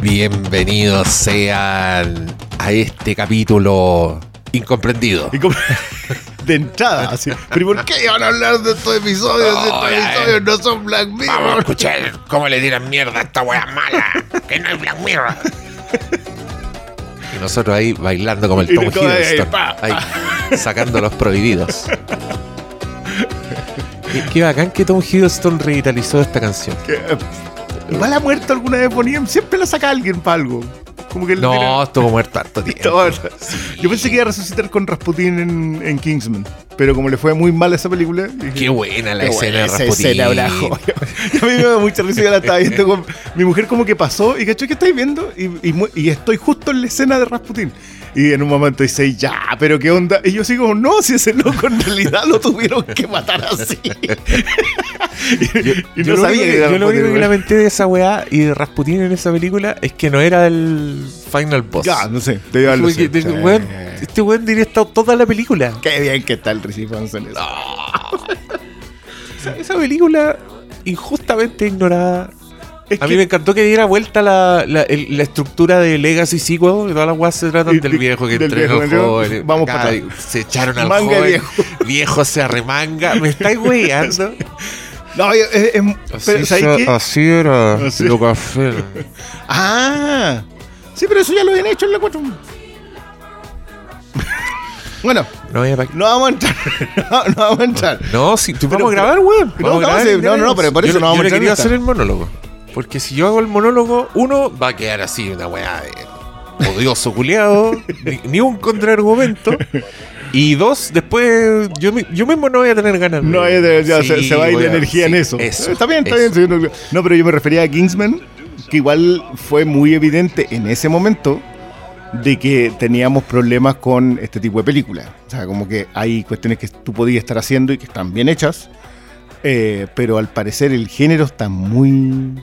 Bienvenidos sean a este capítulo incomprendido. De entrada, así. Pero ¿por qué van a hablar de estos episodios? Estos episodios no son Black Mirror. Vamos a escuchar cómo le tiran mierda a esta wea mala. Que no es Black Mirror. Y nosotros ahí bailando como el Tom Hiddleston. Ahí, sacando los prohibidos. Qué bacán que Tom Hiddleston revitalizó esta canción. Igual ha muerto alguna vez Bonnie, siempre la saca alguien para algo. Como que no, estuvo muerto harto tiempo. Yo pensé que iba a resucitar con Rasputin en Kingsman, pero como le fue muy mal a esa película. Dije, qué buena la escena de Rasputin. Esa escena, una joya. A mí me da mucha risa, yo la estaba viendo con mi mujer, como que pasó y cachó que estáis viendo y estoy justo en la escena de Rasputin. Y en un momento dice, ya, pero qué onda. Y yo sigo, no, si ese loco en realidad lo tuvieron que matar así. y no sabía que era yo lo único que lamenté de esa weá y de Rasputin en esa película es que no era el final boss. Ya, no sé, te iba a decir. Este weón diría estado toda la película. Qué bien que está el Recife en eso. Esa película injustamente ignorada. A mí me encantó que diera vuelta la estructura de Legacy Sequel. Todas las weas se tratan del viejo que entrenó jóvenes. Vamos para atrás. Se echaron al manga joven. Viejo se arremanga. Me estáis weyando. No, así era lo café. Ah, sí, pero eso ya lo habían hecho en la 4. Bueno, no vamos a entrar. No vamos a entrar. No, si tú vamos a grabar, weón. No, pero por eso no vamos a entrar. Yo quería hacer el monólogo. Porque si yo hago el monólogo, uno va a quedar así, una weá de odioso culiado, ni un contraargumento. Y dos, después yo mismo no voy a tener ganas. No, se va a ir la energía en eso. Está bien. No, pero yo me refería a Kingsman, que igual fue muy evidente en ese momento de que teníamos problemas con este tipo de películas. O sea, como que hay cuestiones que tú podías estar haciendo y que están bien hechas, pero al parecer el género está muy...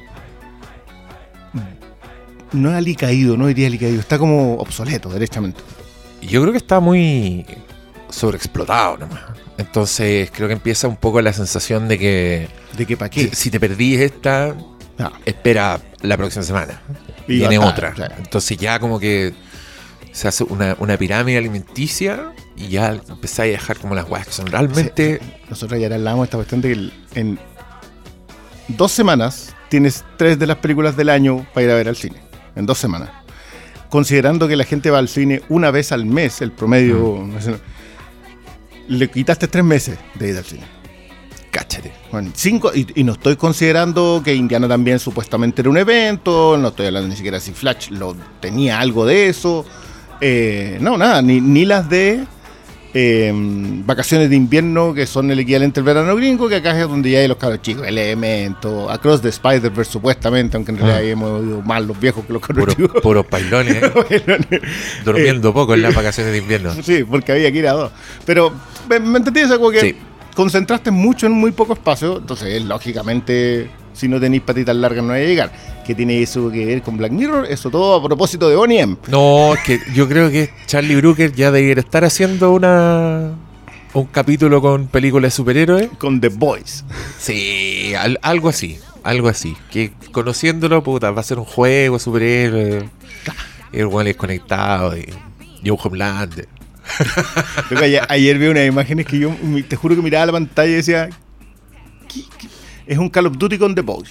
No diría alicaído, está como obsoleto, derechamente. Yo creo que está muy sobreexplotado nomás. Entonces creo que empieza un poco la sensación de que... ¿De que para qué? Si te perdís esta, espera la próxima semana. Y viene otra. Claro. Entonces ya como que se hace una pirámide alimenticia y ya empezáis a dejar como las weas que son realmente... Sí. Nosotros ya hablamos de esta cuestión de que en 2 semanas tienes 3 de las películas del año para ir a ver al cine. En 2 semanas. Considerando que la gente va al cine una vez al mes, el promedio... Le quitaste 3 meses de ir al cine. Cáchate. Bueno, 5, y no estoy considerando que Indiana también supuestamente era un evento, no estoy hablando ni siquiera si Flash tenía algo de eso. No, nada, ni las de vacaciones de invierno, que son el equivalente al verano gringo, que acá es donde ya hay los cabros chicos, Elemento, Across the Spider-Verse supuestamente, aunque en realidad hemos oído más los viejos que los cabros chicos. Puros bailones, durmiendo poco en las vacaciones de invierno. Sí, porque había que ir a 2. Pero me entendí eso, como que sí. Concentraste mucho en muy poco espacio, entonces lógicamente si no tenéis patitas largas no vais a llegar. ¿Qué tiene eso que ver con Black Mirror? Eso todo a propósito de Bonnie M. No, es que yo creo que Charlie Brooker ya debería estar haciendo un capítulo con películas de superhéroes. Con The Boys. Sí, algo así. Que conociéndolo, puta, va a ser un juego de superhéroes. El weón es conectado y un Homelander. Ayer vi unas imágenes que yo te juro que miraba la pantalla y decía, ¿qué? Es un Call of Duty con The Boys.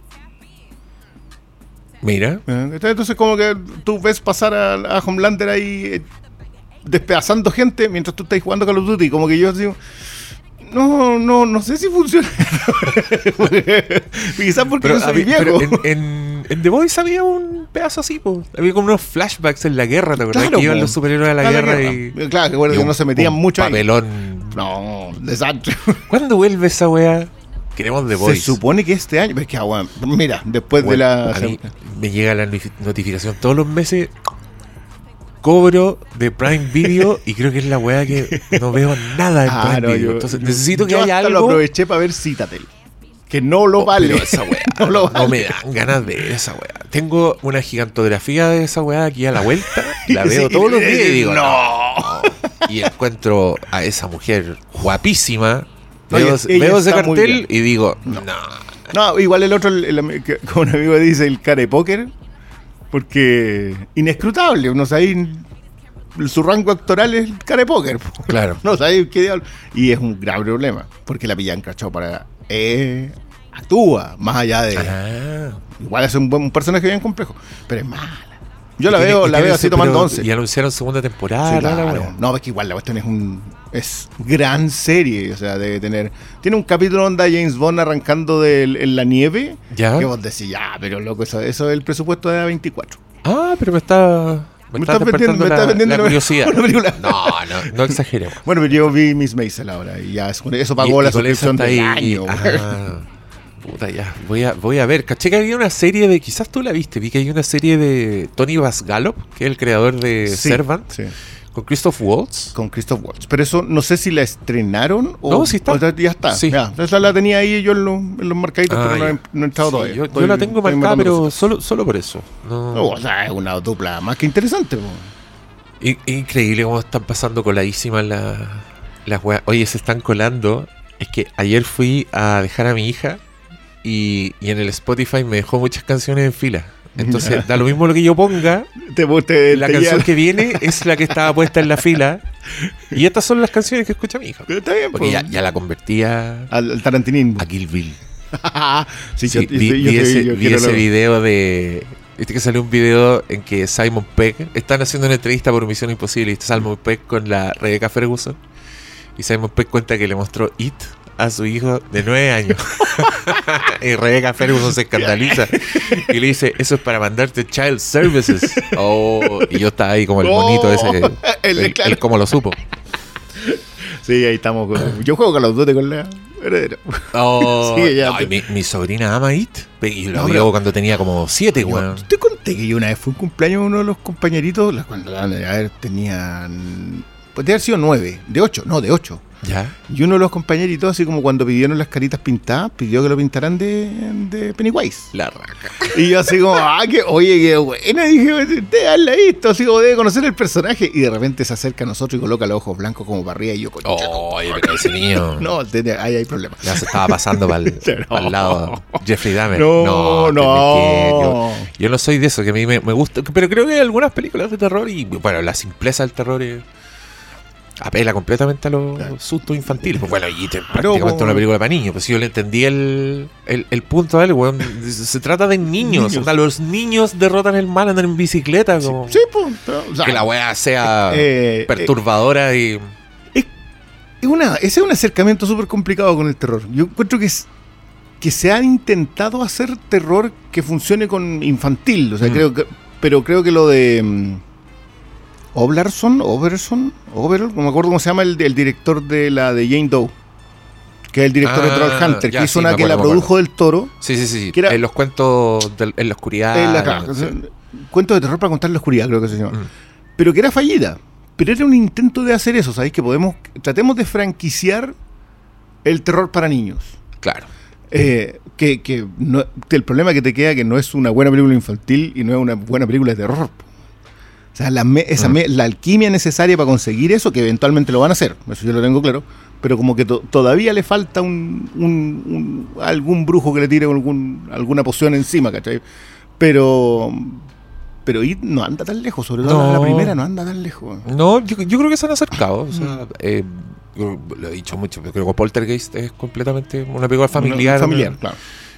Mira. Entonces como que tú ves pasar a Homelander ahí despedazando gente mientras tú estás jugando Call of Duty. Como que yo digo, no sé si funciona. Quizás porque no soy viejo. En The Boys había un pedazo así, pues. Había como unos flashbacks en la guerra, ¿te acordás? Claro, que iban los superhéroes a la guerra y... Claro, que no se metían mucho ahí. Papelón. No, desastre. ¿Cuándo vuelve esa weá? Queremos The Boys. Se supone que este año... Es que, mira, después de la... A mí me llega la notificación todos los meses. Cobro de Prime Video y creo que es la weá que no veo nada en Prime Video. Entonces necesito que haya algo... Yo lo aproveché para ver Citadel. Que no lo vale. Pero esa weá no me dan ganas de ver esa weá. Tengo una gigantografía de esa weá aquí a la vuelta. La veo todos los días y digo, no. Y encuentro a esa mujer guapísima. Veo ese cartel y digo, no. No, igual el otro, como un amigo dice, el cara de póker. Porque inescrutable, no sabéis, su rango actoral es cara de póker. Claro. No sabéis qué diablo. Y es un grave problema, porque la pillan cachado para... actúa, más allá de... Igual es un personaje bien complejo, pero es mala. Yo la veo así tomando 11. Y anunciaron segunda temporada. Sí, claro. No, es que igual la cuestión es gran serie. O sea, debe tener... Tiene un capítulo onda James Bond arrancando en la nieve. ¿Ya? Que vos decís, pero loco, eso es el presupuesto de A24. Pero me está despertando la curiosidad. No exageremos. Bueno, pero yo vi Miss Maisel ahora y ya eso pagó la suscripción del año. Puta, ya. Voy a ver. Caché que había una serie de... Quizás tú la viste. Vi que hay una serie de Tony Basgallop, que es el creador de Servant. Sí. Con Christoph Waltz. Pero eso no sé si la estrenaron o... No, sí está. O ya está. Sí. Ya. Esa la tenía ahí yo en los marcaditos, pero no he entrado todavía. Yo la tengo marcada, pero solo por eso. No, o sea, es una dupla más que interesante. Increíble cómo están pasando coladísimas las weas. Oye, se están colando. Es que ayer fui a dejar a mi hija y en el Spotify me dejó muchas canciones en fila. Entonces, da lo mismo lo que yo ponga. La canción que viene es la que estaba puesta en la fila. Y estas son las canciones que escucha mi hija. Pero está bien, porque ya la convertía al tarantinismo. A Kill Bill. Vi ese video de... Viste que salió un video en que Simon Pegg... Están haciendo una entrevista por Misión Imposible. Y está Simon Pegg con la Rebecca Ferguson. Y Simon Pegg cuenta que le mostró It a su hijo de 9 años. Y Rebecca Ferguson se escandaliza y le dice, eso es para mandarte Child Services. Y yo estaba ahí como el bonito ese. Él como lo supo. Sí, ahí estamos. Yo juego Call of Duty con la heredera. Mi sobrina ama It. Y lo vio cuando tenía como 7, weón. Te conté que yo una vez fue un cumpleaños de uno de los compañeritos, cuando tenían... Podría haber sido 9, de 8. ¿Ya? Y uno de los compañeritos, así como cuando pidieron las caritas pintadas, pidió que lo pintaran de Pennywise. La raca. Y yo así como, qué buena. Dije, usted hazla esto, así como debe conocer el personaje. Y de repente se acerca a nosotros y coloca los ojos blancos como para arriba. Y yo, pero ese niño. No, ahí hay problemas. Ya se estaba pasando para el lado Jeffrey Dahmer. No. Yo no soy de eso, que a mí me gusta. Pero creo que hay algunas películas de terror y, bueno, la simpleza del terror apela completamente a los sustos infantiles. Pues bueno, y prácticamente una película para niños. Pues si yo le entendí el punto de él, weón, se trata de niños. O sea, los niños derrotan el mal, andan en bicicleta. Como que la weá sea perturbadora y... Ese es un acercamiento súper complicado con el terror. Yo encuentro que se ha intentado hacer terror que funcione con infantil. O sea, creo que lo de... Oberson, no me acuerdo cómo se llama el director de la de Jane Doe, que es el director de Trollhunter, que hizo una que la produjo del Toro. Sí. Que era, en los cuentos en la oscuridad. Cuentos de terror para contar en la oscuridad, creo que se llama. Pero que era fallida. Pero era un intento de hacer eso, ¿sabéis? Que tratemos de franquiciar el terror para niños. Claro. Que el problema que te queda que no es una buena película infantil y no es una buena película de terror. O sea, la alquimia necesaria para conseguir eso, que eventualmente lo van a hacer, eso yo lo tengo claro, pero como que todavía le falta algún brujo que le tire alguna poción encima, ¿cachai? Pero It no anda tan lejos, sobre todo la primera no anda tan lejos. No, yo creo que se han acercado. O sea, yo lo he dicho mucho, pero creo que Poltergeist es completamente una película familiar. Claro.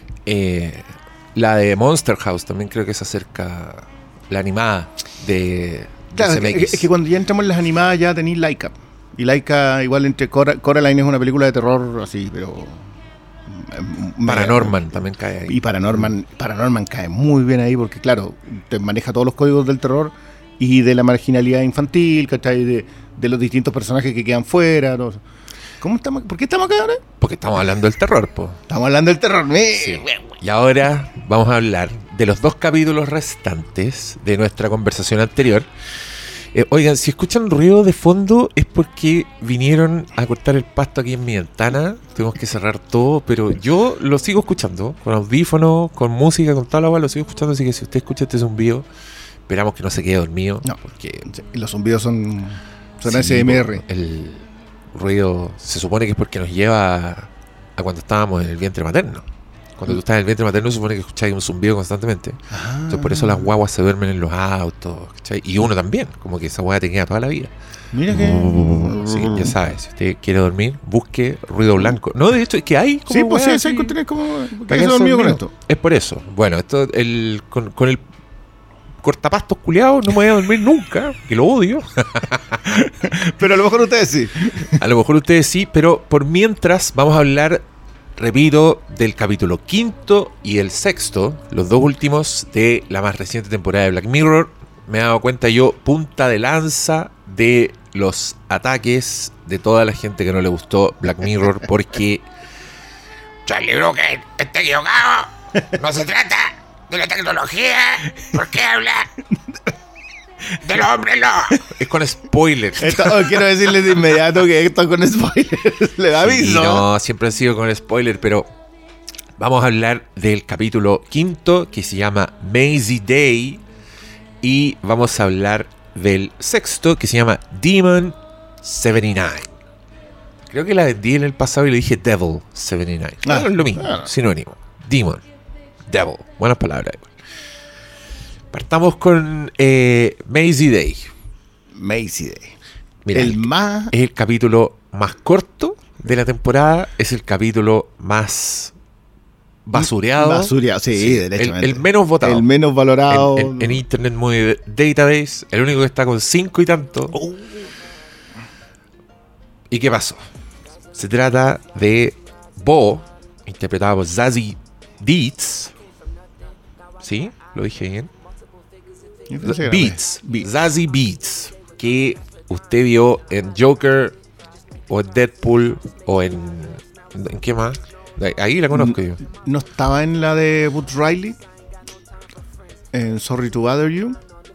La de Monster House también creo que se acerca... La animada de CMX. Es que cuando ya entramos en las animadas ya tenéis Laika. Y Laika, igual entre Coraline es una película de terror así, pero... Paranorman también cae ahí. Y Paranorman cae muy bien ahí porque, claro, te maneja todos los códigos del terror y de la marginalidad infantil, ¿cachai? De los distintos personajes que quedan fuera. Todo. ¿Por qué estamos acá ahora? Porque estamos hablando del terror, po. Estamos hablando del terror. Sí. Y ahora vamos a hablar de los 2 capítulos restantes de nuestra conversación anterior. Oigan, si escuchan ruido de fondo es porque vinieron a cortar el pasto aquí en mi ventana. Tuvimos que cerrar todo, pero yo lo sigo escuchando con audífonos, con música, con toda la agua, lo sigo escuchando. Así que si usted escucha este zumbido, esperamos que no se quede dormido. No, porque los zumbidos son ASMR. El ruido se supone que es porque nos lleva a cuando estábamos en el vientre materno. Cuando tú estás en el vientre materno, se supone que escucháis un zumbido constantemente. Entonces, por eso las guaguas se duermen en los autos, ¿cachai? Y uno también, como que esa guagua te queda toda la vida. Mira que... Sí, ya sabes, si usted quiere dormir, busque ruido blanco. No, de hecho, es que hay como... Sí, pues sí, hay cuestiones como... ¿Qué has dormido con esto? Es por eso. Bueno, esto con el cortapastos culiados no me voy a dormir nunca, que lo odio. Pero a lo mejor ustedes sí. A lo mejor ustedes sí, pero por mientras vamos a hablar, repito, del capítulo 5 y el 6, los dos últimos de la más reciente temporada de Black Mirror. Me he dado cuenta yo, punta de lanza de los ataques de toda la gente que no le gustó Black Mirror, porque Charlie Brooker está equivocado. No se trata de la tecnología. ¿Por qué habla de los hombres lobos? es con spoilers. Quiero decirles de inmediato que esto es con spoilers. Le da aviso. Sí, no, siempre han sido con spoiler, pero vamos a hablar del capítulo 5 que se llama Maisie Day, y vamos a hablar del 6 que se llama Demon 79. Creo que la vendí en el pasado y le dije Devil 79. No es lo mismo, sinónimo. Demon, Devil, buenas palabras. Partamos con Maisie Day. Maisie Day. Mira, es el capítulo más corto de la temporada, es el capítulo más basureado. Sí, derechamente. El menos votado. El menos valorado. En Internet Movie Database, el único que está con 5 y tanto. ¿Y qué pasó? Se trata de Bo, interpretado por Zazie Beetz. ¿Sí? ¿Lo dije bien? Beetz. Zazie Beetz. Que usted vio en Joker, o en Deadpool, o en ¿qué más? Ahí la conozco yo. ¿No estaba en la de Boots Riley? ¿En Sorry to Bother You?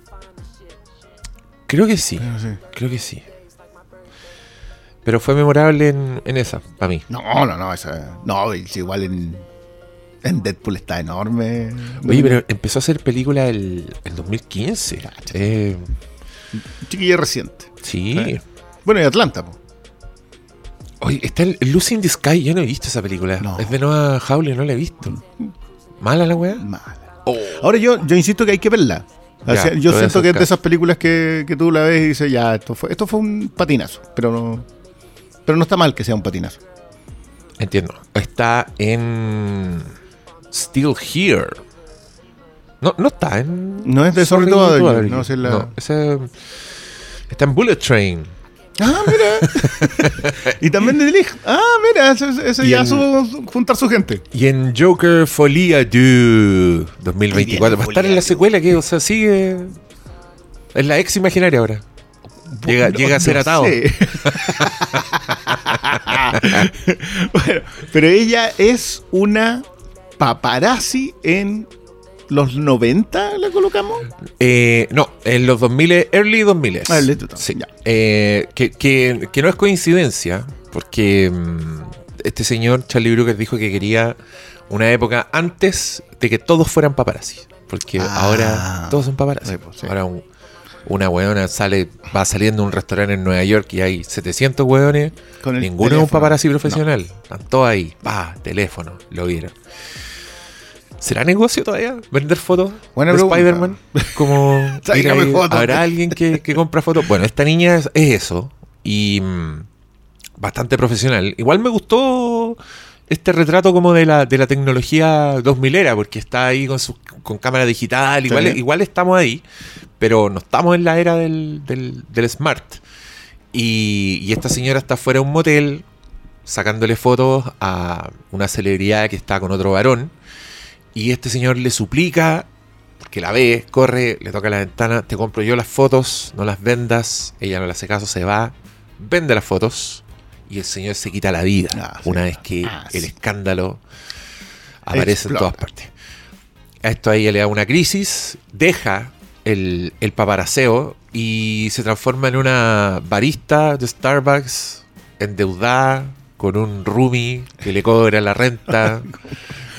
Creo que sí. Creo que sí. Pero fue memorable en esa, para mí. No, esa... No, igual en Deadpool está enorme. Oye, pero empezó a hacer película el 2015. Chiquilla reciente. Sí. Bueno, y Atlanta, po. Oye, está el Lucy in the Sky. Yo no he visto esa película. No. Es de Noah Hawley, no la he visto. ¿Mala la weá? Mala. Ahora yo insisto que hay que verla. Ya, yo siento que es de esas películas que tú la ves y dices, ya, esto fue un patinazo. Pero no está mal que sea un patinazo. Entiendo. Está en Still Here. No está en... No es de Sorry to Bother You. No, ese está en Bullet Train. Ah, mira. Y también de Lig. Ah, mira, ese ya supo juntar su gente. Y en Joker Folia Du 2024. Va a estar en la secuela que, o sea, sigue. Es la ex imaginaria ahora. Llega a ser atado. Sé. Bueno, pero ella es una paparazzi en los 90, ¿la colocamos? No, en los 2000, early 2000. Sí. Que no es coincidencia, porque este señor, Charlie Brooker, dijo que quería una época antes de que todos fueran paparazzi. Porque ahora todos son paparazzi. Sí. Ahora una weona va saliendo a un restaurante en Nueva York y hay 700 weones. Ninguno es un paparazzi profesional. Están todos ahí. Teléfono, lo vieron. ¿Será negocio todavía vender fotos de Spider-Man? Como ¿habrá alguien que compra fotos? Bueno, esta niña es eso. Y bastante profesional. Igual me gustó este retrato como de la tecnología 2000era, porque está ahí con cámara digital. Igual estamos ahí, pero no estamos en la era del smart. Y esta señora está fuera de un motel sacándole fotos a una celebridad que está con otro varón. Y este señor le suplica, que la ve, corre, le toca la ventana, te compro yo las fotos, no las vendas. Ella no le hace caso, se va, vende las fotos y el señor se quita la vida una vez que el escándalo aparece en todas partes. A esto a ella le da una crisis, deja el paparaceo y se transforma en una barista de Starbucks endeudada con un roomie que le cobra la renta.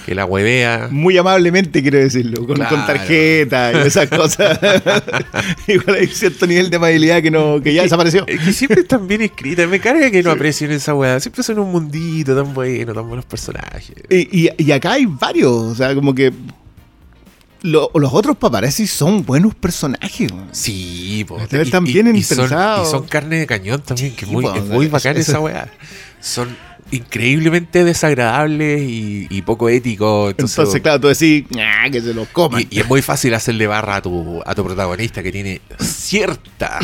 que la huevea. Muy amablemente, quiero decirlo, con tarjeta y esas cosas. Igual hay cierto nivel de amabilidad que ya desapareció. Que siempre están bien escritas. Me carga que no aprecien esa weá. Siempre son un mundito tan bueno, tan buenos personajes. Y acá hay varios, o sea, como que los otros paparazzi son buenos personajes. Man. Sí, po. Están bien interesados. Y son carne de cañón también, que es muy bacán esa weá. Son increíblemente desagradables y poco éticos. Entonces, claro, tú decís que se los coman. Y es muy fácil hacerle barra a tu protagonista, que tiene cierta.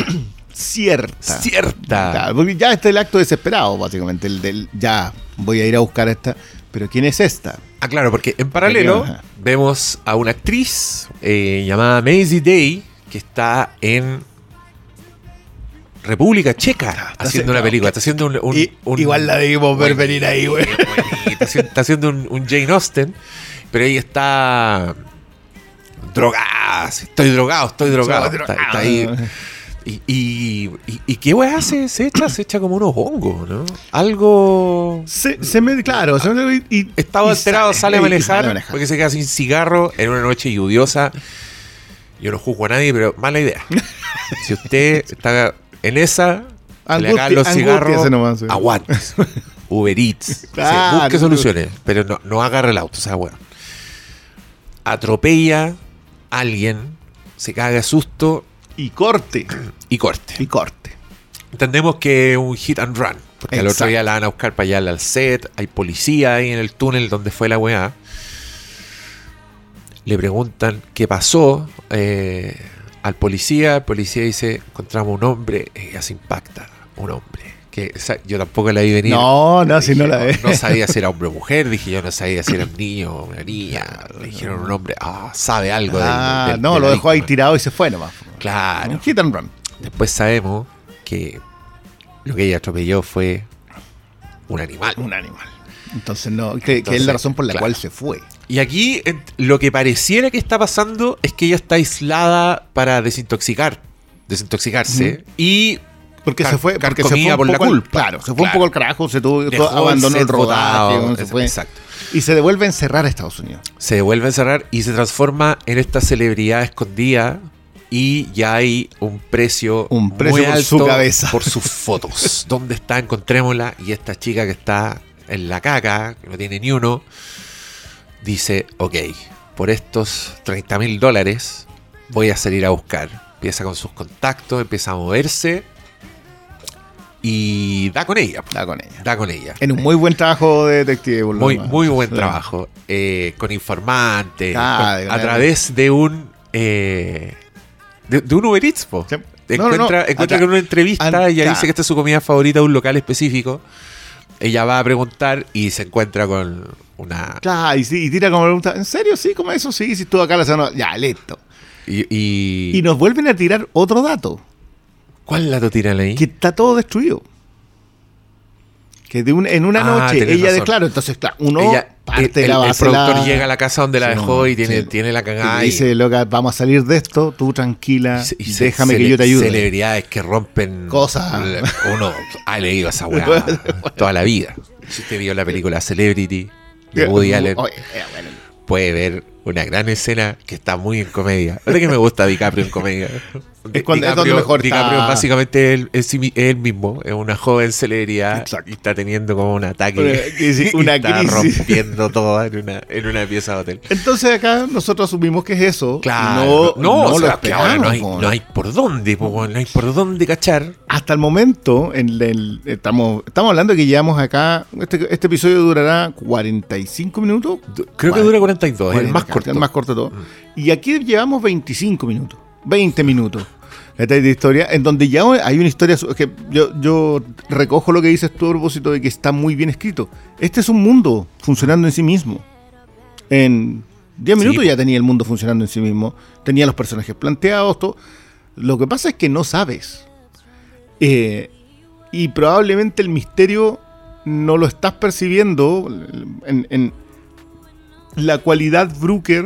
Claro, porque ya está el acto desesperado, básicamente. El del ya voy a ir a buscar a esta. Pero ¿quién es esta? Ah, claro, porque en paralelo vemos a una actriz llamada Maisie Day, que está en República Checa haciendo una película. Está haciendo igual la debimos ver venir ahí, güey. Está haciendo un Jane Austen, pero ella está drogada. Estoy drogado. Está ahí. ¿Y qué weá hace? Se echa como unos hongos, ¿no? Algo. Claro. Estado alterado, sale a manejar porque se queda sin cigarro en una noche lluviosa. Yo no juzgo a nadie, pero mala idea. Si usted está en esa, le hagan los cigarros, aguante. Uber Eats. Claro, busque soluciones, pero no agarre el auto, o sea, bueno. Atropella a alguien, se caga de susto. Y corte. Entendemos que es un hit and run. Porque al otro día la van a buscar para allá al set. Hay policía ahí en el túnel donde fue la weá. Le preguntan qué pasó al policía. El policía dice: encontramos un hombre. Ella se impacta. Un hombre. Que yo tampoco la vi venir. No, si no la ve. No sabía si era hombre o mujer. Dije yo, no sabía si era un niño o una niña. Le dijeron un hombre. Sabe algo de lo dejó ahí tirado y se fue nomás. Claro. Un hit and run. Después sabemos que lo que ella atropelló fue un animal. Entonces que es la razón por la cual se fue. Y aquí lo que pareciera que está pasando es que ella está aislada para desintoxicarse. Y porque se fue por la culpa. Claro, se fue un poco al carajo, abandonó el rodaje, se fue. Exacto. Y se devuelve a encerrar a Estados Unidos. Se devuelve a encerrar y se transforma en esta celebridad escondida. Y ya hay un precio muy por alto su cabeza. Por sus fotos. ¿Dónde está? Encontrémosla. Y esta chica que está en la caca, que no tiene ni uno, dice: ok, por estos $30,000 voy a salir a buscar. Empieza con sus contactos, empieza a moverse y da con ella. En un muy buen trabajo de detective. Muy buen trabajo. Con informantes, a través de un Uber Eats, po. Sí. Encuentra con una entrevista y ella dice que esta es su comida favorita de un local específico. Ella va a preguntar y se encuentra con una... Claro, y tira como pregunta: ¿en serio? Sí, como eso, sí, si estuvo acá la semana... Ya, listo. Y nos vuelven a tirar otro dato. ¿Cuál dato tiran ahí? Que está todo destruido. Que en una noche ella declaró. Entonces, claro, parte de la base. El productor llega a la casa donde la dejó y tiene la cagada. Y dice: loca, vamos a salir de esto, tú tranquila, déjame que yo te ayude. Celebridades que rompen cosas. Uno ha leído esa weá toda la vida. Si usted vio la película Celebrity de Woody Allen, puede ver una gran escena que está muy en comedia. ¿Verdad que me gusta DiCaprio en comedia? Es donde mejor DiCaprio básicamente es él mismo, es una joven celebridad. Exacto. Y está teniendo como un ataque una está crisis, rompiendo todo en una pieza de hotel. Entonces acá nosotros asumimos que es eso. Claro, no lo esperamos. No hay por dónde, no hay por dónde cachar. Hasta el momento estamos hablando de que llevamos acá, este episodio durará 45 minutos. Creo que dura 42, es el más corto. El más corto de todo. Y aquí llevamos 25 minutos. 20 minutos de historia, en donde ya hay una historia que yo recojo lo que dices tú a propósito de que está muy bien escrito. Este es un mundo funcionando en sí mismo. En 10 minutos ya tenía el mundo funcionando en sí mismo. Tenía los personajes planteados, todo. Lo que pasa es que no sabes. Y probablemente el misterio no lo estás percibiendo en la cualidad Brooker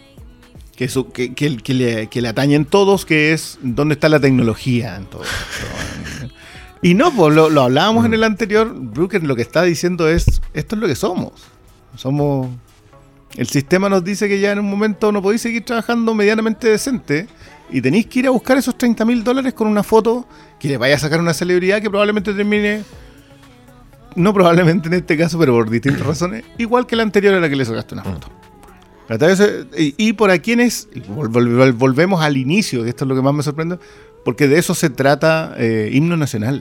que le atañen todos, que es dónde está la tecnología en todo esto. Y no, pues lo hablábamos en el anterior. Brooker lo que está diciendo es: esto es lo que somos El sistema nos dice que ya en un momento no podéis seguir trabajando medianamente decente y tenéis que ir a buscar esos $30,000 con una foto que le vaya a sacar una celebridad que probablemente termine, no probablemente en este caso, pero por distintas razones, igual que la anterior a la que le sacaste una foto. Y por a quienes, volvemos al inicio, que esto es lo que más me sorprende, porque de eso se trata Himno Nacional.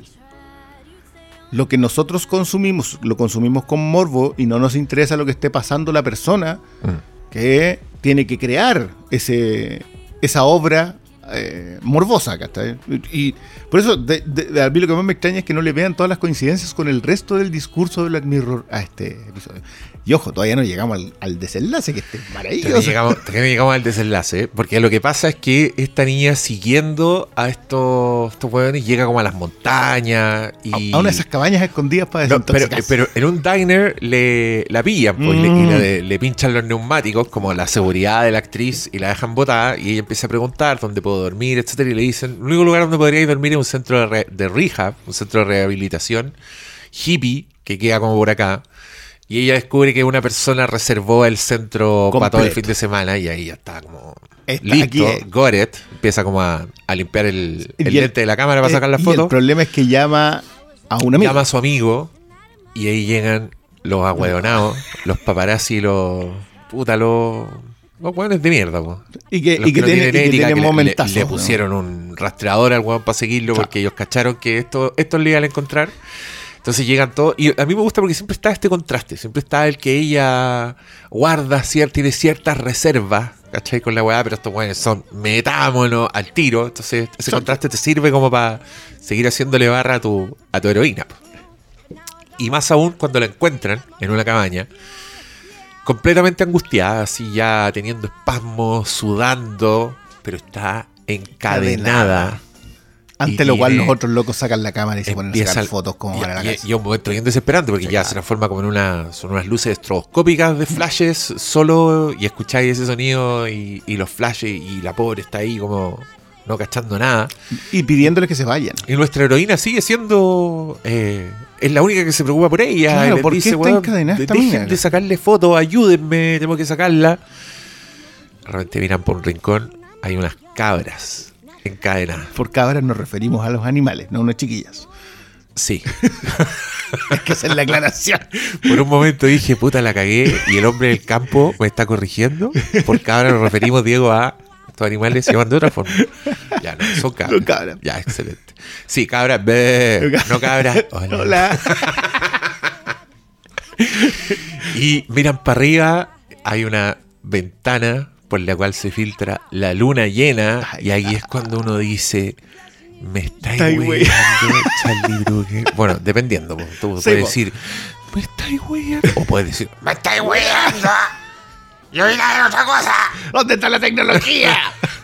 Lo que nosotros consumimos, lo consumimos con morbo y no nos interesa lo que esté pasando la persona que tiene que crear esa obra morbosa. ¿Cachai? Y por eso, a mí lo que más me extraña es que no le vean todas las coincidencias con el resto del discurso de Black Mirror a este episodio. Y ojo, todavía no llegamos al desenlace, que este es maravilloso. Todavía no llegamos al desenlace, porque lo que pasa es que esta niña, siguiendo a estos hueones, llega como a las montañas y a una de esas cabañas escondidas para desintoxicarse. Pero en un diner la pillan pues, y le pinchan los neumáticos, como la seguridad de la actriz, y la dejan botada, y ella empieza a preguntar dónde puedo dormir, etcétera, y le dicen, el único lugar donde podría dormir es un centro de rehab, un centro de rehabilitación hippie, que queda como por acá. Y ella descubre que una persona reservó el centro para todo el fin de semana, y ahí ya está como listo, got it. Empieza como a limpiar el lente de la cámara para sacar la foto. El problema es que llama a un amigo. Llama a su amigo, y ahí llegan los ahueonados, los paparazzi, los hueones de mierda, po. Y que tienen momentazos. Le pusieron un rastreador al hueón para seguirlo, porque ellos cacharon que esto es legal encontrar. Entonces llegan todos, y a mí me gusta porque siempre está este contraste, siempre está el que ella guarda tiene ciertas reservas, ¿cachai? Con la weá, pero estos weones son metámonos al tiro, entonces ese contraste te sirve como para seguir haciéndole barra a tu heroína. Y más aún cuando la encuentran en una cabaña, completamente angustiada, así ya teniendo espasmos, sudando, pero está encadenada. Ante lo cual los otros locos sacan la cámara y se ponen a sacar fotos como van a la casa. Y un momento bien desesperante, porque ya se transforma como son unas luces estroboscópicas de flashes solo, y escucháis ese sonido y los flashes, y la pobre está ahí como no cachando nada. Y pidiéndoles que se vayan. Y nuestra heroína sigue siendo... es la única que se preocupa por ella. Claro, ¿por qué está encadenada esta mina? Dejen de sacarle fotos, ayúdenme, tengo que sacarla. De repente miran por un rincón, hay unas cabras encadenadas. Por cabras nos referimos a los animales, no a unas chiquillas. Sí. Hay que hacer la aclaración. Por un momento dije, puta, la cagué, y el hombre del campo me está corrigiendo. Por cabra nos referimos, Diego, a estos animales se llaman de otra forma. Ya, no, son cabras. Son cabras. Ya, excelente. Sí, cabras, no cabras. Hola. Y miran para arriba, hay una ventana por la cual se filtra la luna llena. Y ahí es cuando uno dice, me estáis weyando, Charlie Brooker. Bueno, dependiendo, tú puedes decir, me estáis weyando, o puedes decir, me estáis weyando, yo vine a ver otra cosa. ¿Dónde está la tecnología?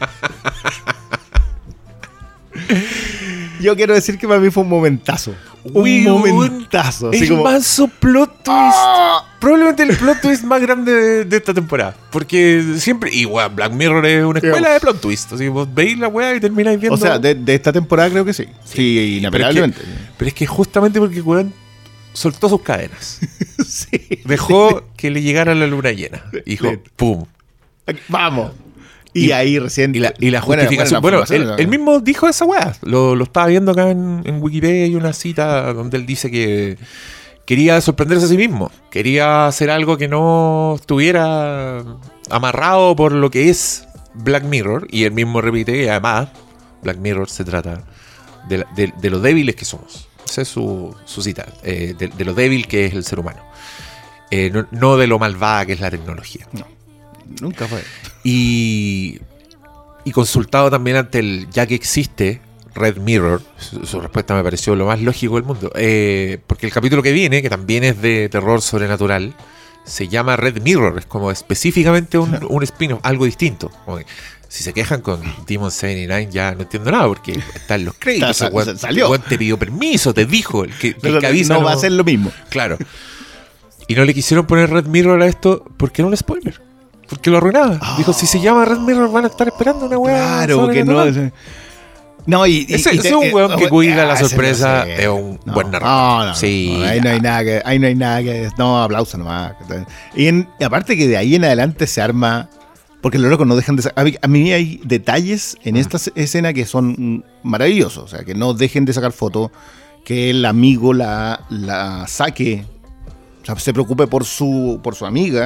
Yo quiero decir que para mí fue un momentazo. Un momentazo. Así como manso plot twist. Probablemente el plot twist más grande de esta temporada. Porque siempre... Y bueno, Black Mirror es una escuela de plot twist. Así vos veis la weá y termináis viendo... O sea, de esta temporada creo que sí. Sí, inapelablemente. Pero es que justamente porque weón soltó sus cadenas. Sí. Dejó que le llegara la luna llena. Dijo, ¡pum! ¡Vamos! Y ahí recién... Y la justificación... Bueno, él mismo dijo esa weá. Lo estaba viendo acá en Wikipedia. Hay una cita donde él dice que quería sorprenderse a sí mismo. Quería hacer algo que no estuviera amarrado por lo que es Black Mirror. Y él mismo repite que además Black Mirror se trata de lo débiles que somos. Esa es su cita. De lo débil que es el ser humano. No de lo malvada que es la tecnología. No, nunca fue. Y consultado también ante ya que existe Red Mirror, su respuesta me pareció lo más lógico del mundo, porque el capítulo que viene, que también es de terror sobrenatural, se llama Red Mirror, es como específicamente un spin-off, algo distinto. Como que, si se quejan con Demon 79 ya no entiendo nada, porque están los créditos. Salió. Te pidió permiso, te dijo que avisa, no va a ser lo mismo. Claro. Y no le quisieron poner Red Mirror a esto porque era un spoiler. Porque lo arruinaba. Dijo, si se llama Red Mirror van a estar esperando una weá. Claro, porque no... No, ese es un weón que cuida la sorpresa, es un buen narrador. Ahí no hay nada que. No, aplauso nomás. Y aparte que de ahí en adelante se arma. Porque los locos no dejan de sacar. A mí hay detalles en esta escena que son maravillosos. O sea, que no dejen de sacar fotos. Que el amigo la saque. O sea, se preocupe por su amiga.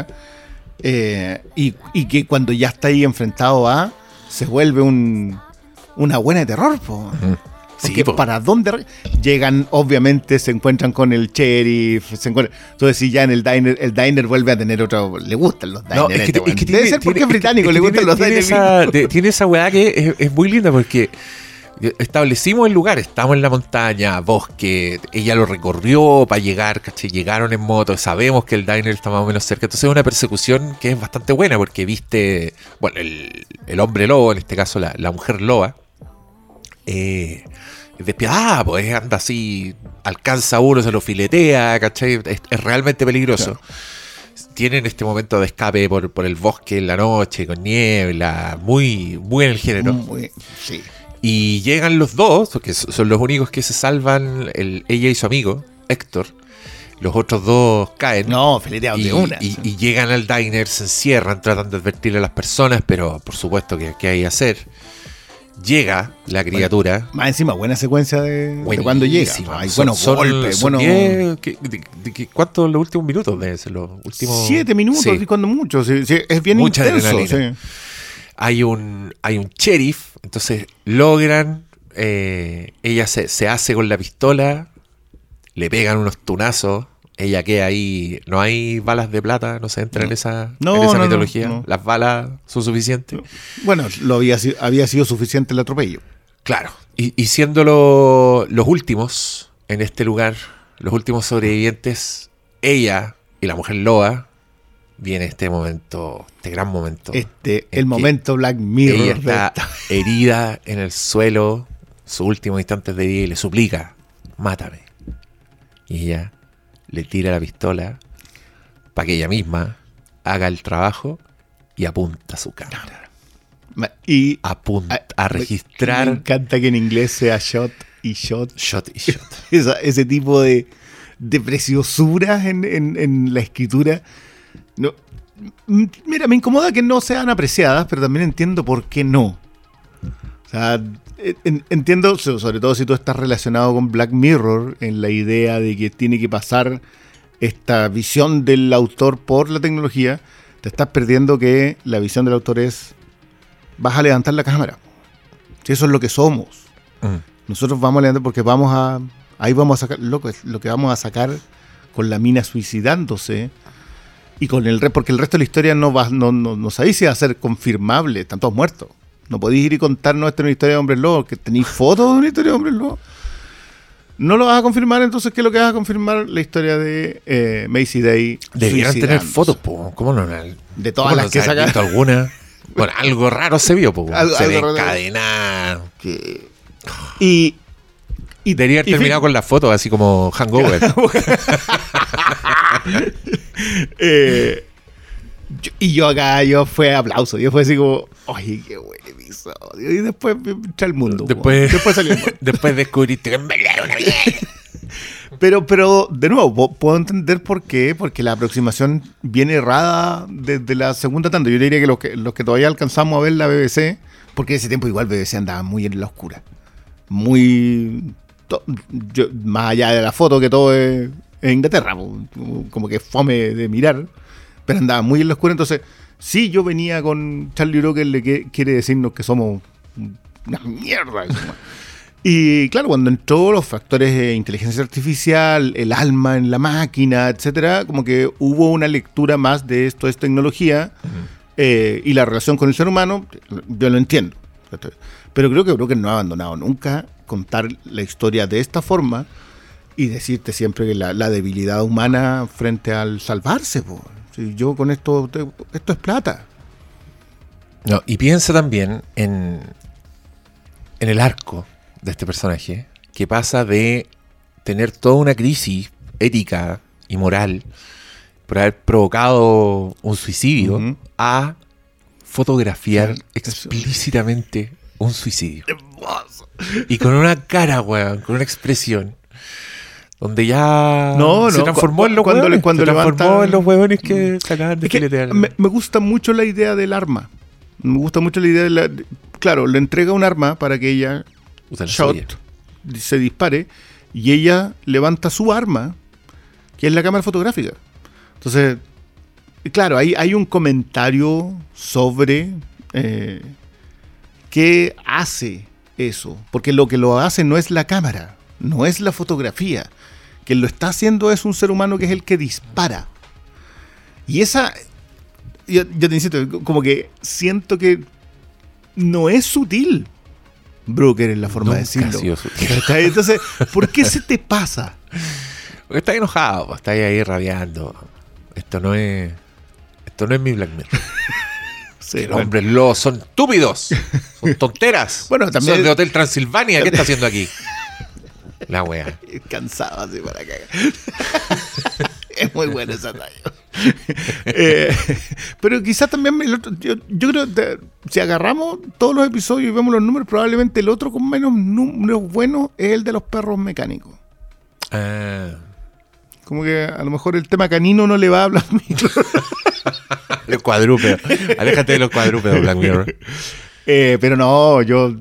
Y que cuando ya está ahí enfrentado a. Se vuelve una buena de terror, po. Porque para dónde llegan, obviamente se encuentran con el sheriff, entonces si ya en el diner vuelve a tener otro, le gustan los diners. No, es que debe ser porque es británico, le gustan los diners. Tiene esa weá que es muy linda porque establecimos el lugar, estamos en la montaña, bosque, ella lo recorrió para llegar, ¿cachai? Llegaron en moto, sabemos que el diner está más o menos cerca, entonces es una persecución que es bastante buena porque viste, bueno, el hombre lobo, en este caso la mujer loba, despiadada, pues anda así, alcanza a uno, se lo filetea, ¿cachai? Es realmente peligroso. Claro. Tienen este momento de escape por el bosque en la noche, con niebla, muy, muy en el género. Sí. Y llegan los dos, que son los únicos que se salvan, ella y su amigo, Héctor. Los otros dos caen. No, fileteados de una. Y llegan al diner, se encierran, tratan de advertirle a las personas, pero por supuesto que ¿qué hay que hacer? Llega la criatura. Bueno, más encima, buena secuencia de cuando llega. Hay buenos golpes. ¿Cuántos los últimos minutos de ser? Los últimos 7 minutos, sí. Cuando mucho. Sí, es bien mucha intenso. Sí. Hay un sheriff, entonces logran. Ella se hace con la pistola, le pegan unos tunazos. Ella queda ahí, no hay balas de plata, no se entra en esa mitología. No. Las balas son suficientes. Bueno, había sido suficiente el atropello. Claro, y siendo los últimos en este lugar, los últimos sobrevivientes, ella y la mujer loba, viene este momento, este gran momento. El momento Black Mirror. Ella está herida en el suelo, sus últimos instantes de vida, y le suplica, mátame. Y ella le tira la pistola para que ella misma haga el trabajo y apunta su cámara. Y apunta a registrar. Me encanta que en inglés sea shot y shot. Shot y shot. Ese tipo de preciosura en la escritura. No, mira, me incomoda que no sean apreciadas, pero también entiendo por qué no. O sea, entiendo, sobre todo si tú estás relacionado con Black Mirror, en la idea de que tiene que pasar esta visión del autor por la tecnología, te estás perdiendo que la visión del autor es, vas a levantar la cámara. Si eso es lo que somos. Nosotros vamos a levantar porque ahí vamos a sacar, lo que vamos a sacar con la mina suicidándose. Y con porque el resto de la historia no sabéis si va a ser confirmable, están todos muertos. No podéis ir y contarnos esta es una historia de hombres lobos, que tenéis fotos de una historia de hombres lobos. No lo vas a confirmar, entonces ¿qué es lo que vas a confirmar? La historia de Macy Day. Debieran tener fotos, po. ¿Cómo no? De todas las que sacan. ¿Visto alguna? Bueno, algo raro se vio, po. Se ve encadenada. Y debería haber terminado con las fotos, así como Hangover. Yo fue aplauso. Yo fue así como, oye, qué buen episodio. Y después entré al mundo. Después salió el mundo. Después descubriste que en verdad era una mierda. Pero, de nuevo, puedo entender por qué. Porque la aproximación viene errada desde la segunda tanda. Yo diría que los que todavía alcanzamos a ver la BBC, porque en ese tiempo igual BBC andaba muy en la oscura. Muy... más allá de la foto, que todo es Inglaterra, como que fome de mirar, pero andaba muy en la oscura. Entonces, sí, yo venía con Charlie Brooker, que quiere decirnos que somos una mierda. Y claro, cuando entró los factores de inteligencia artificial, el alma en la máquina, etcétera, como que hubo una lectura más de esto es tecnología. Y la relación con el ser humano, yo lo entiendo. Pero creo que Brooker no ha abandonado nunca contar la historia de esta forma y decirte siempre que la debilidad humana frente al salvarse. Si yo con esto es plata. No, y piensa también en el arco de este personaje, que pasa de tener toda una crisis ética y moral por haber provocado un suicidio a fotografiar explícitamente un suicidio. Y con una cara, weón, con una expresión donde ya se transformó en los huevones. Se transformó en los huevones que sacaban de filetear. Me gusta mucho la idea del arma. Me gusta mucho la idea de claro, le entrega un arma para que ella se dispare y ella levanta su arma, que es la cámara fotográfica. Entonces, claro, hay un comentario sobre qué hace eso, porque lo que lo hace no es la cámara, no es la fotografía. Quien lo está haciendo es un ser humano que es el que dispara. Y esa, yo te insisto, como que siento que no es sutil Brooker en la forma de decirlo. Entonces, ¿por qué se te pasa? Porque estás enojado, estás ahí rabiando. Esto no es mi Black Mirror. Sí, los hombres lobos son estúpidos, son tonteras. Bueno, también son de Hotel Transilvania. ¿Qué está haciendo aquí? La wea. Cansado así para cagar. Es muy bueno esa talla. Pero quizás también el otro, yo creo que si agarramos todos los episodios y vemos los números, probablemente el otro con menos números buenos es el de los perros mecánicos. Como que a lo mejor el tema canino no le va a hablar mucho. Los cuadrúpedos. Aléjate de los cuadrúpedos, Black Mirror. Pero no,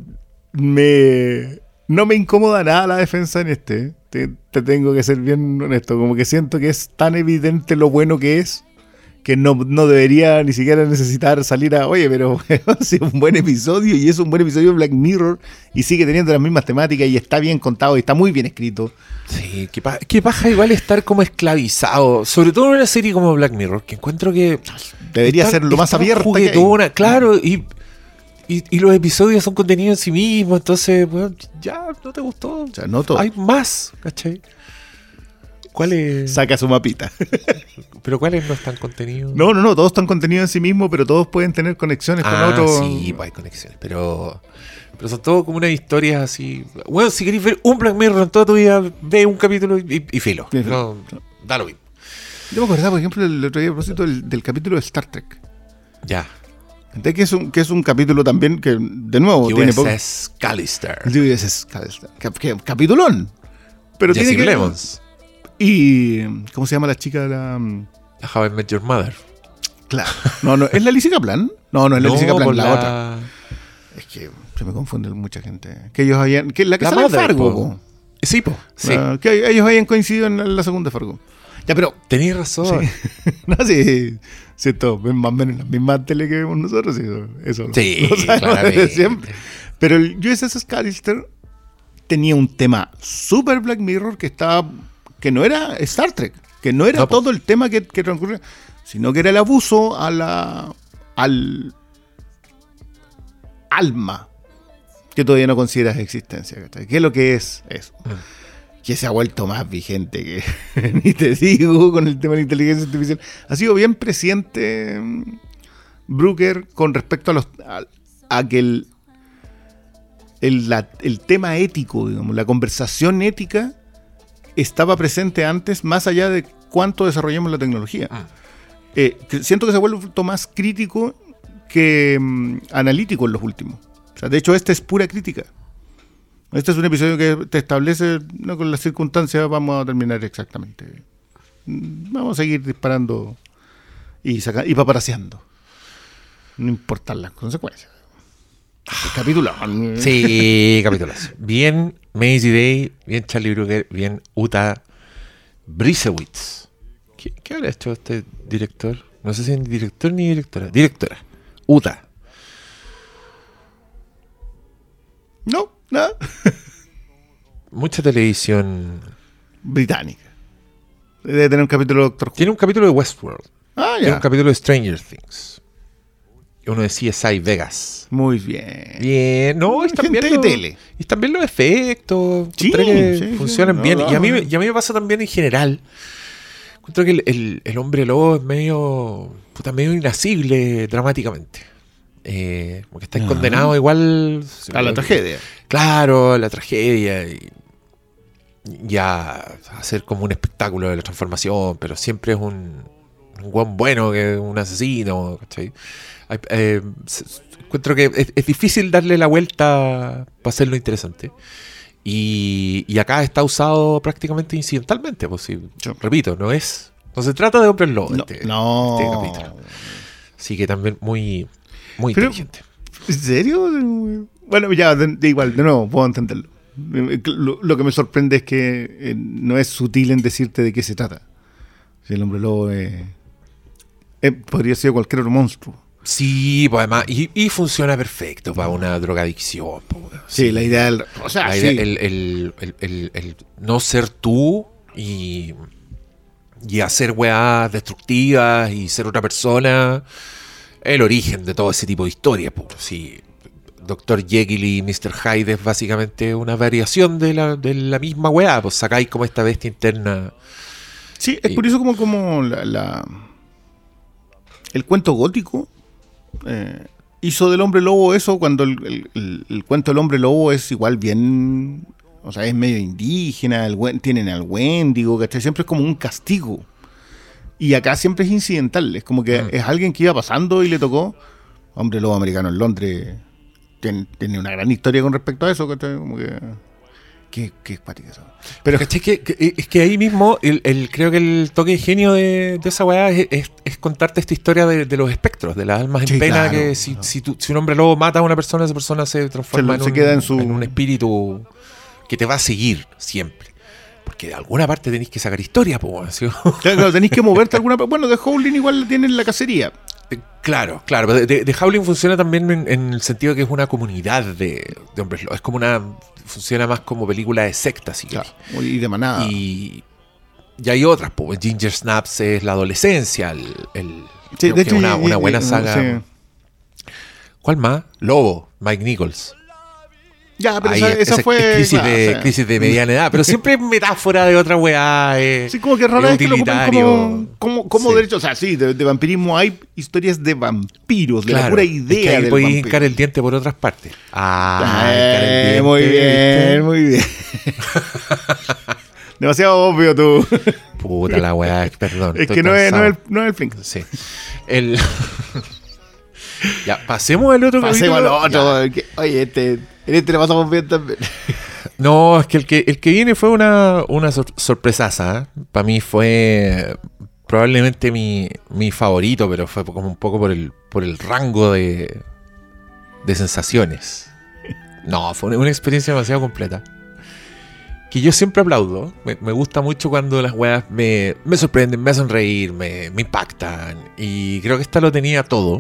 no me incomoda nada la defensa en este. Te tengo que ser bien honesto. Como que siento que es tan evidente lo bueno que es, que no debería ni siquiera necesitar salir oye, pero es un buen episodio y es un buen episodio de Black Mirror y sigue teniendo las mismas temáticas y está bien contado y está muy bien escrito. Sí, qué paja igual estar como esclavizado, sobre todo en una serie como Black Mirror, que encuentro que debería ser lo más abierta juguetona, claro, y los episodios son contenido en sí mismos, entonces, bueno, ya no te gustó. O sea, no todo. Hay más, ¿cachai? ¿Cuáles? Saca su mapita. ¿Pero cuáles no están contenidos? No, todos están contenidos en sí mismos, pero todos pueden tener conexiones con otros. Sí, pues hay conexiones, pero son todos como unas historias así. Bueno, si querés ver un Black Mirror en toda tu vida, ve un capítulo y filo. No, da lo mismo. Yo me acordaba, por ejemplo, el otro día a propósito del capítulo de Star Trek. Ya. Que es un capítulo también que, de nuevo, tiene USS Callister. USS Callister. Capitulón. Pero Jesse tiene que... Plemons. Y... ¿Cómo se llama la chica de la...? How I Met Your Mother. Claro. No, ¿es la Lizzie Kaplan? No, es la Lizzie Kaplan, la otra. Es que se me confunde mucha gente. Que ellos habían... la que sale en Fargo, po. Sí, po. Sí. Que ellos habían coincidido en la segunda Fargo. Ya, pero... Tenías razón. Sí. No, sí. Esto ven más o menos las mismas tele que vemos nosotros. Eso sí, claramente. Siempre. Pero el USS Callister tenía un tema super Black Mirror que no era Star Trek, que no era todo el tema que transcurría, sino que era el abuso al alma que todavía no consideras existencia. ¿Qué es lo que es eso? Que se ha vuelto más vigente que ni te digo con el tema de la inteligencia artificial. Ha sido bien presciente Brooker con respecto a que el tema ético, digamos, la conversación ética estaba presente antes, más allá de cuánto desarrollamos la tecnología. Siento que se ha vuelto más crítico que analítico en los últimos. O sea, de hecho, esta es pura crítica. Este es un episodio que te establece, no con las circunstancias vamos a terminar exactamente. Vamos a seguir disparando y paparaseando. No importan las consecuencias. Capítulo. Sí, capítulos. Bien Maisie Day, bien Charlie Brooker, bien Uta Brisewitz. ¿Qué habrá hecho este director? No sé si es director ni directora. Directora. Uta. No, nada. Mucha televisión británica. Debe tener un capítulo de Doctor Who. Tiene un capítulo de Westworld. Ya. Tiene un capítulo de Stranger Things. Uno de CSI Vegas. Muy bien. Bien. No, están bien de tele. Y están bien los efectos. Sí, funcionan bien. Y a mí me pasa también en general. Encuentro que el hombre lobo es medio inasible dramáticamente. Porque está condenado igual a la tragedia. Claro, a la tragedia. Y a hacer como un espectáculo de la transformación. Pero siempre es un buen bueno que un asesino, ¿cachai? Encuentro que es difícil darle la vuelta para hacerlo interesante. Y acá está usado prácticamente incidentalmente, pues sí, repito, no se trata de hombres lobo este capítulo. Así que también muy inteligente. ¿En serio? Bueno, ya, igual, de nuevo, puedo entenderlo. Lo que me sorprende es que no es sutil en decirte de qué se trata. Si el hombre lobo podría ser cualquier otro monstruo. Sí, pues además, y funciona perfecto para una drogadicción. Pues, sí, la idea del... O sea, la idea, el no ser tú y hacer weas destructivas y ser otra persona, el origen de todo ese tipo de historias. Pues, sí. Dr. Jekyll y Mr. Hyde es básicamente una variación de la misma weá, pues sacáis como esta bestia interna. Sí, es curioso como el cuento gótico hizo del hombre lobo eso, cuando el cuento del hombre lobo es igual bien, o sea, es medio indígena, tienen al Wendigo, ¿cachai? Siempre es como un castigo. Y acá siempre es incidental, es como que es alguien que iba pasando y le tocó. Hombre lobo americano en Londres tiene una gran historia con respecto a eso, ¿cachai? Como que... Qué cuática eso. Pero es que ahí mismo creo que el toque de genio de esa weá es contarte esta historia de los espectros, de las almas en pena, claro, que si un hombre lobo mata a una persona, esa persona se transforma en un espíritu que te va a seguir siempre. Porque de alguna parte tenéis que sacar historia, pues. ¿Sí? Claro, tenéis que moverte alguna parte. Bueno, de Howling igual tienen la cacería. Claro. De Howling funciona también en el sentido de que es una comunidad de hombres lobos. Es como funciona más como película de secta, así. Claro, y de manada. Y hay otras, pues. Ginger Snaps es la adolescencia. Sí, de hecho, una buena saga. Sí. ¿Cuál más? Lobo, Mike Nichols. Ya, pero esa fue... Crisis de mediana edad, pero siempre es metáfora de otra weá. Sí, como que rara vez que lo ocupan como sí. derecho. O sea, sí, de vampirismo hay historias de vampiros, de la pura idea. Es que ahí podéis hincar el diente por otras partes. Hincar el diente. Muy bien. Demasiado obvio tú. Puta la weá, perdón. Es que no es el Flink. Sí. Ya, pasemos al otro capítulo. Pasemos al otro. Oye, este le pasamos bien también. No, es que el que viene fue una sorpresaza. Para mí fue probablemente mi favorito, pero fue como un poco por el rango de sensaciones. No, fue una experiencia demasiado completa. Que yo siempre aplaudo. Me gusta mucho cuando las weas me sorprenden, me hacen reír, me impactan. Y creo que esta lo tenía todo.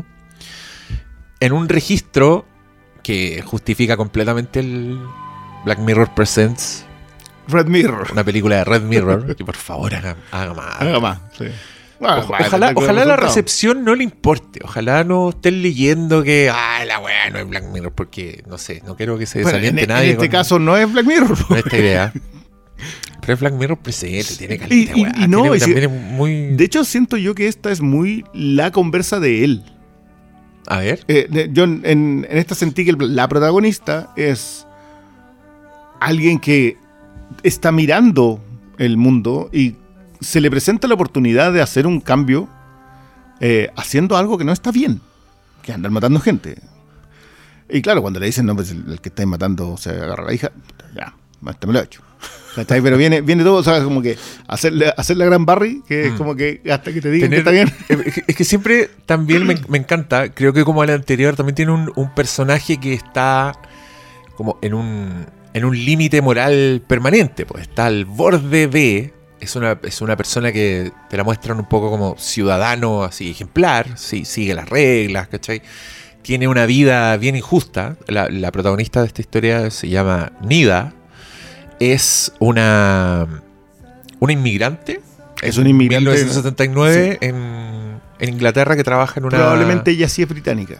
En un registro que justifica completamente el Black Mirror Presents Red Mirror. Una película de Red Mirror. Que por favor haga más. Haga más, sí. Bueno, ojalá la recepción no le importe. Ojalá no estén leyendo que la weá no es Black Mirror, porque no sé, no quiero que se desaliente nadie. En este caso no es Black Mirror. Con esta idea. Pero es Black Mirror presente, tiene calidad. Y no, de hecho siento yo que esta es muy la conversa de él. A ver. Yo en esta sentí que la protagonista es alguien que está mirando el mundo y se le presenta la oportunidad de hacer un cambio haciendo algo que no está bien, que andar matando gente. Y claro, cuando le dicen, no, pues el que está matando se agarra a la hija, ya, este me lo ha hecho. Pero viene todo, o sea, como que hacer la gran Barry, que es como que hasta que te digan que está bien. Es que siempre también me encanta, creo que como el anterior, también tiene un personaje que está como en un límite moral permanente, pues está al borde de... Es una persona que te la muestran un poco como ciudadano así ejemplar, sí, sigue las reglas, ¿cachai? Tiene una vida bien injusta. La protagonista de esta historia se llama Nida. Es una inmigrante. Es una inmigrante. En 1979 sí. en Inglaterra, que trabaja en una... Probablemente ella sí es británica.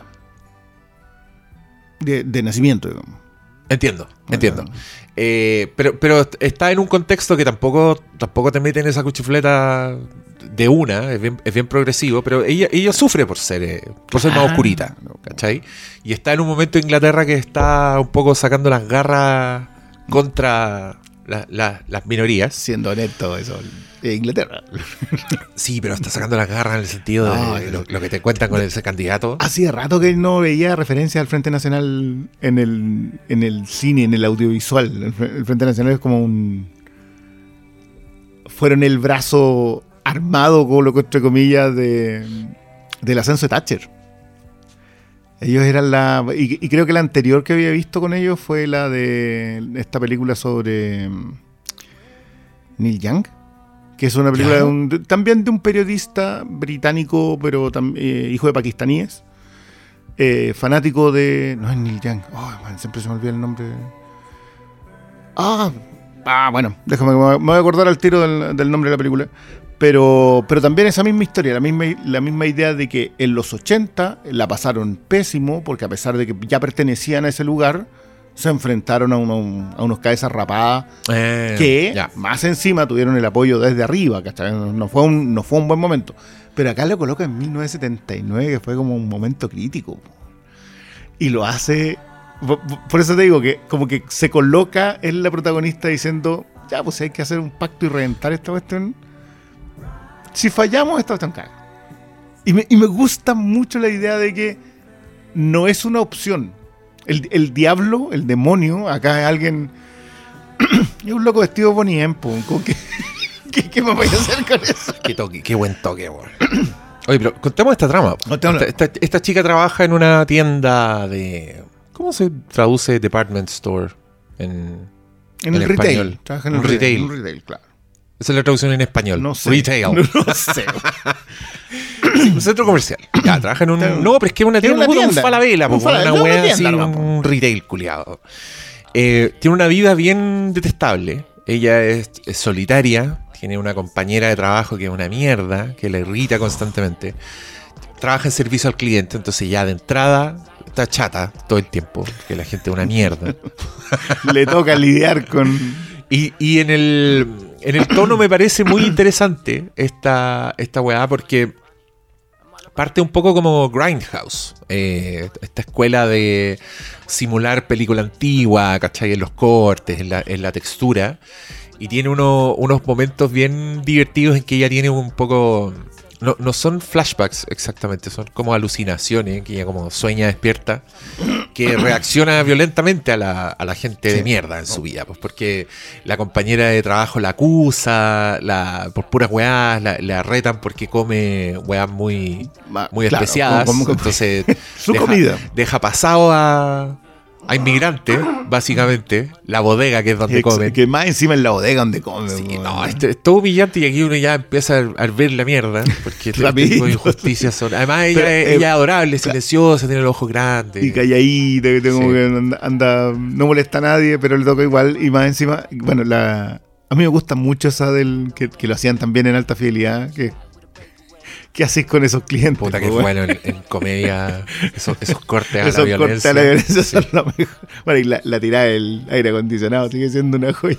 De nacimiento, digamos. Entiendo. Pero está en un contexto que tampoco te mete en esa cuchifleta de una, es bien progresivo, pero ella sufre por ser más oscurita, ¿cachai? Y está en un momento en Inglaterra que está un poco sacando las garras contra las minorías. Siendo honesto, eso Inglaterra. Sí, pero está sacando las garras en el sentido de lo que te cuentan con ese candidato. Hacía rato que no veía referencia al Frente Nacional en el cine, en el audiovisual. El Frente Nacional es como fueron el brazo armado, coloco entre comillas, del ascenso de Thatcher. Ellos eran y creo que la anterior que había visto con ellos fue la de esta película sobre Neil Young, que es una película también de un periodista británico, pero hijo de pakistaníes, fanático de... No es Neil Young, siempre se me olvida el nombre. Bueno, déjame, me voy a acordar al tiro del nombre de la película. Pero también esa misma historia, la misma idea de que en los 80 la pasaron pésimo, porque a pesar de que ya pertenecían a ese lugar, se enfrentaron a unos cabezas rapadas más encima tuvieron el apoyo desde arriba, ¿cachai? No fue un buen momento. Pero acá lo coloca en 1979, que fue como un momento crítico. Y lo hace... Por eso te digo que como que se coloca en la protagonista diciendo, ya, pues hay que hacer un pacto y reventar esta cuestión. Si fallamos, esta cuestión caga. Y me gusta mucho la idea de que no es una opción. El diablo, el demonio, acá es alguien... es un loco vestido Bonnie M. ¿Qué me voy a hacer con eso? Qué buen toque, güey. Oye, pero contemos esta trama. Esta chica trabaja en una tienda de... ¿Cómo se traduce department store en el retail? Trabaja en un retail, claro. Esa es la traducción en español. No sé. Retail. No sé. Sí, un centro comercial. Ya, trabaja en un... No, pero es que es una tienda. Un Falabella, una wea así, un retail culiado. Tiene una vida bien detestable. Ella es solitaria. Tiene una compañera de trabajo que es una mierda, que la irrita constantemente. Trabaja en servicio al cliente, entonces ya de entrada... Está chata todo el tiempo, que la gente es una mierda. Le toca lidiar con... Y en el tono me parece muy interesante esta weá, porque parte un poco como Grindhouse, esta escuela de simular película antigua, ¿cachai? En los cortes, en la textura, y tiene unos momentos bien divertidos en que ella tiene un poco... No son flashbacks exactamente, son como alucinaciones, que ella como sueña despierta, que reacciona violentamente a la gente de mierda en su vida, pues porque la compañera de trabajo la acusa, por puras weás, la retan porque come weás muy especiadas, entonces su comida deja pasado a inmigrantes, básicamente, la bodega que es donde comen. Que más encima es la bodega donde comen. Sí, no, es todo humillante y aquí uno ya empieza a ver la mierda, porque este tipo de injusticias son... Además ella es adorable, silenciosa, tiene los ojos grandes. Y calladita, que tengo que anda, no molesta a nadie, pero le toca igual. Y más encima, bueno, a mí me gusta mucho esa que lo hacían también en Alta Fidelidad, ¿qué haces con esos clientes? Puta que bueno en comedia, esos cortes a la violencia. Sí. Son lo mejor. Bueno, y la tirada del aire acondicionado sigue siendo una joya.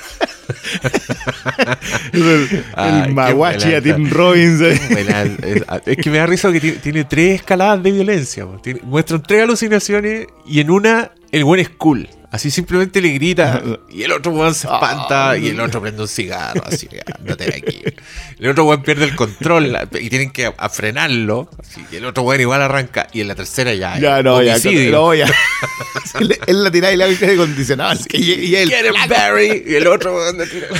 el Maguachi a Tim Robbins. Es que me da risa que tiene 3 escaladas de violencia. Muestran 3 alucinaciones y en una el buen es cool. Así simplemente le grita y el otro weón se espanta y el otro prende un cigarro, así, andate de aquí. El otro weón pierde el control y tienen que frenarlo, así, y el otro weón igual arranca y en la tercera ya homicidio. Es la tirada y la aire acondicionado. Y el Get him, Barry, y el otro weón le tira.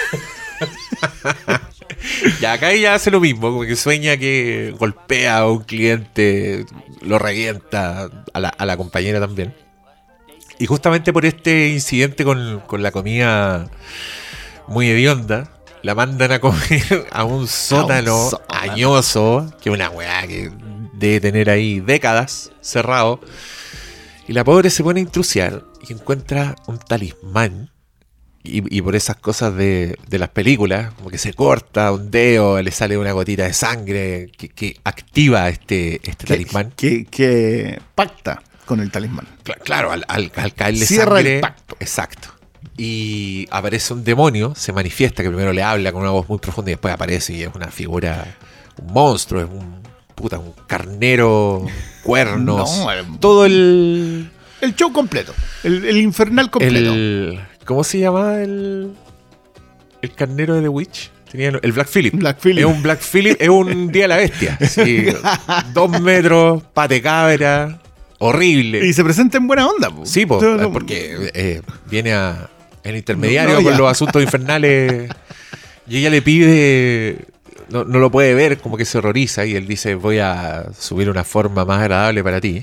Y acá ella hace lo mismo, como que sueña que golpea a un cliente, lo revienta a la compañera también. Y justamente por este incidente con la comida muy hedionda, la mandan a comer a un sótano añoso, que es una weá que debe tener ahí décadas cerrado. Y la pobre se pone a intrusiar y encuentra un talismán. Y por esas cosas de las películas, como que se corta un dedo, le sale una gotita de sangre que activa este talismán. Que pacta con el talismán. Claro, al caerle cierra sangre, el pacto. Exacto. Y aparece un demonio, se manifiesta, que primero le habla con una voz muy profunda y después aparece y es una figura, un monstruo, es un carnero, cuernos, todo el show completo, el infernal completo. ¿Cómo se llamaba el carnero de The Witch? Tenía el Black Phillip. Es un Black Phillip, es un día de la bestia. Sí, 2 metros, pate cabra, horrible. Y se presenta en buena onda. Sí, porque viene el intermediario con los asuntos infernales y ella le pide, no lo puede ver, como que se horroriza y él dice, voy a subir una forma más agradable para ti.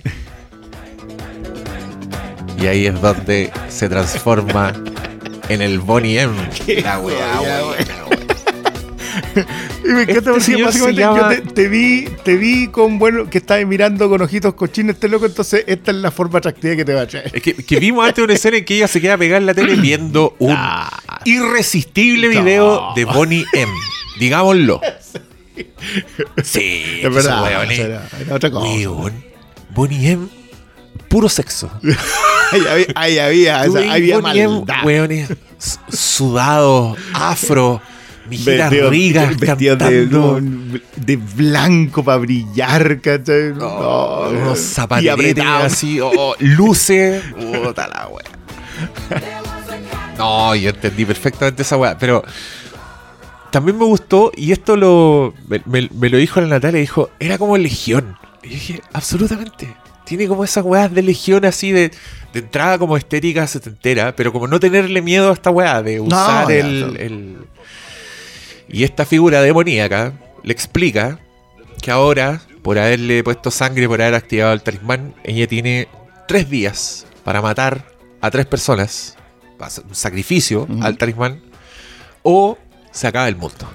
Y ahí es donde se transforma en el Boney M. La weá. Y me encanta porque básicamente yo te vi con que estabas mirando con ojitos cochinos este loco, entonces esta es la forma atractiva que te va a traer. Es que vimos antes una escena en que ella se queda pegada en la tele viendo un irresistible video de Boney M. Digámoslo. Sí, es verdad. Era otra cosa. Boney M, puro sexo. Ahí había maldad. Weones sudados, afro, mijitas rigas, cantando de blanco para brillar, ¿cachai? Unos zapatetes así, luces. Puta la wea. No, yo entendí perfectamente esa wea, pero también me gustó, y esto me lo dijo la Natalia, dijo, era como Legión. Y yo dije, absolutamente. Tiene como esas weas de Legión así de entrada como estética setentera, pero como no tenerle miedo a esta wea de usar Y esta figura demoníaca le explica que ahora, por haberle puesto sangre, por haber activado el talismán, ella tiene 3 días para matar a 3 personas, para hacer un sacrificio al talismán, o se acaba el mundo.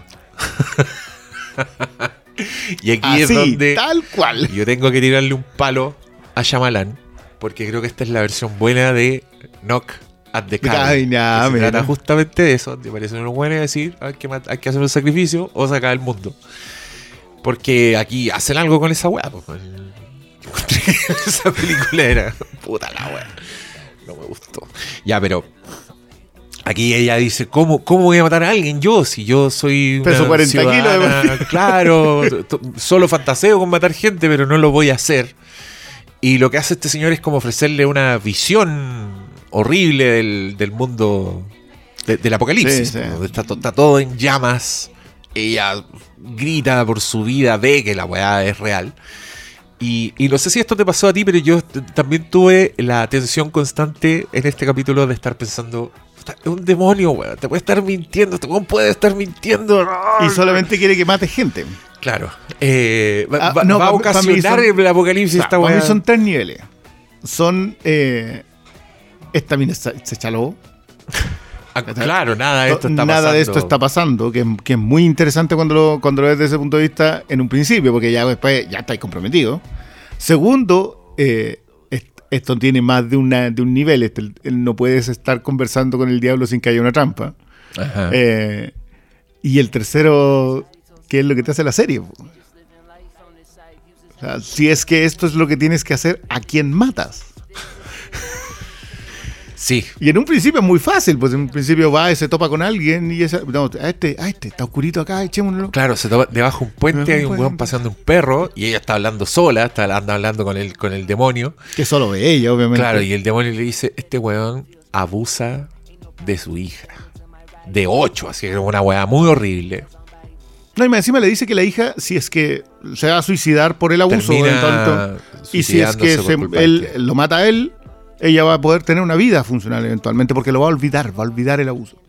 Y aquí es donde tal cual yo tengo que tirarle un palo a Shyamalan, porque creo que esta es la versión buena de Knock at the Cabin. Se trata justamente de eso. Te parece unos buenos decir hay que hacer un sacrificio o sacar el mundo. Porque aquí hacen algo con esa weá. Esa película era puta la weá. No me gustó. Ya, pero aquí ella dice, ¿cómo voy a matar a alguien yo? Si yo soy peso 40 kilos. Claro, solo fantaseo con matar gente, pero no lo voy a hacer. Y lo que hace este señor es como ofrecerle una visión horrible del mundo del apocalipsis. Sí. Está todo en llamas. Ella grita por su vida, ve que la weá es real. Y no sé si esto te pasó a ti, pero yo también tuve la tensión constante en este capítulo de estar pensando, es un demonio, weón, te puede estar mintiendo, este weón puede estar mintiendo. Y solamente quiere que mate gente. Claro. Va a ocasionar el apocalipsis esta weá. Para mí son 3 niveles. Son... esta mina se chaló. Claro, nada de esto está pasando. Nada de esto está pasando, que es muy interesante cuando lo ves desde ese punto de vista en un principio, porque ya después ya estáis comprometidos. Segundo, esto tiene más de un nivel. No puedes estar conversando con el diablo sin que haya una trampa. Ajá. Y el tercero, ¿qué es lo que te hace la serie? O sea, si es que esto es lo que tienes que hacer, ¿a quién matas? Sí. Y en un principio es muy fácil, pues en un principio va y se topa con alguien y a este está oscurito acá, echémoslo. Claro, se topa debajo de un puente, hay un weón paseando un perro y ella está hablando sola, anda hablando con el demonio. Que solo ve ella, obviamente. Claro, y el demonio le dice, este weón abusa de su hija. De 8, así que es una weá muy horrible. No, y encima le dice que la hija, si es que se va a suicidar por el abuso, y si es que él lo mata a él, ella va a poder tener una vida funcional eventualmente, porque lo va a olvidar el abuso.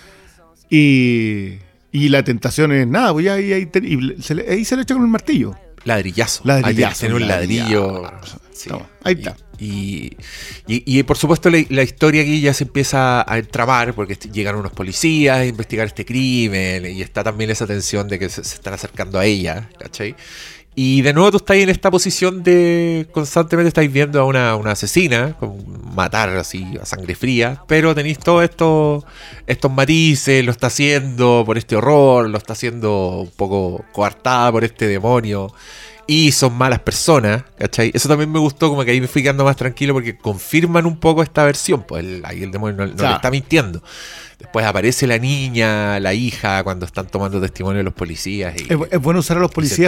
Y la tentación es nada, pues ahí se le echa con el martillo. Ladrillazo. Tiene un ladrillo. Sí. No, ahí está. Y por supuesto la historia aquí ya se empieza a entramar porque llegan unos policías a investigar este crimen y está también esa tensión de que se están acercando a ella, ¿cachai? Y de nuevo tú estás en esta posición de constantemente estáis viendo a una asesina con matar así a sangre fría, pero tenéis todos estos matices, lo está haciendo por este horror, lo está haciendo un poco coartada por este demonio y son malas personas, ¿cachai? Eso también me gustó, como que ahí me fui quedando más tranquilo porque confirman un poco esta versión, pues ahí el demonio no le está mintiendo. Después aparece la niña, la hija, cuando están tomando testimonio de los policías. Y es bueno usar a los policías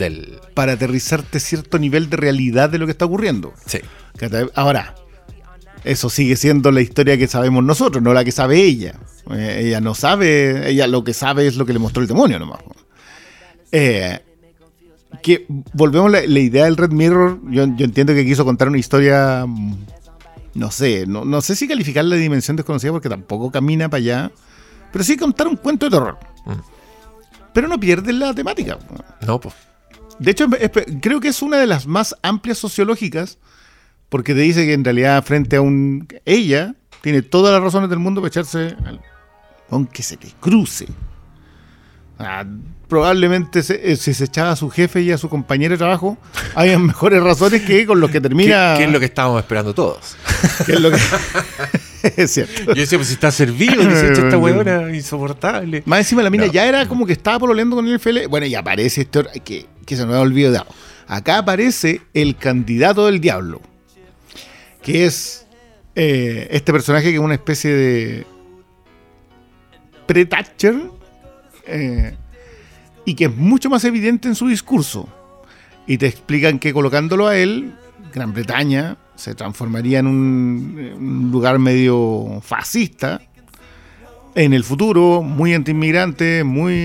para aterrizarte cierto nivel de realidad de lo que está ocurriendo. Sí. Ahora, eso sigue siendo la historia que sabemos nosotros, no la que sabe ella. Ella no sabe, ella lo que sabe es lo que le mostró el demonio nomás. Que volvemos a la idea del Red Mirror. Yo entiendo que quiso contar una historia, no sé si calificar la dimensión desconocida porque tampoco camina para allá, pero sí contar un cuento de terror. Pero no pierde la temática. No, pues. De hecho, creo que es una de las más amplias sociológicas, porque te dice que en realidad frente a ella tiene todas las razones del mundo para echarse aunque se le cruce. Probablemente si se echaba a su jefe y a su compañero de trabajo, había mejores razones que con los que termina. ¿Qué es lo que estábamos esperando todos? ¿Qué es lo que... Es cierto. Yo decía, pues si está servido, que se echa esta huevona insoportable. Más encima la mina ya era como que estaba pololeando con el FL. Bueno, y aparece que se me ha olvidado. Acá aparece el candidato del diablo, que es este personaje que es una especie de pre-Thatcher, y que es mucho más evidente en su discurso. Y te explican que colocándolo a él, Gran Bretaña se transformaría en un lugar medio fascista en el futuro, muy antiinmigrante,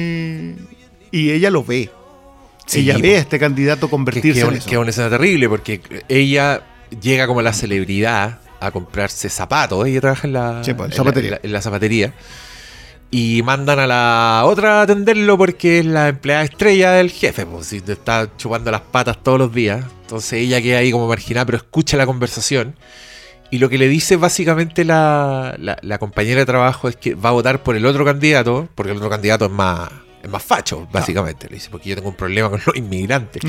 y ella lo ve. Sí, ella ve a este candidato convertirse en eso. Que es una escena terrible, porque ella llega como la celebridad a comprarse zapatos. Ella trabaja en la zapatería. Y mandan a la otra a atenderlo porque es la empleada estrella del jefe, pues, si te está chupando las patas todos los días. Entonces ella queda ahí como marginada, pero escucha la conversación. Y lo que le dice básicamente la compañera de trabajo es que va a votar por el otro candidato, porque el otro candidato es más facho, básicamente. Le dice, porque yo tengo un problema con los inmigrantes.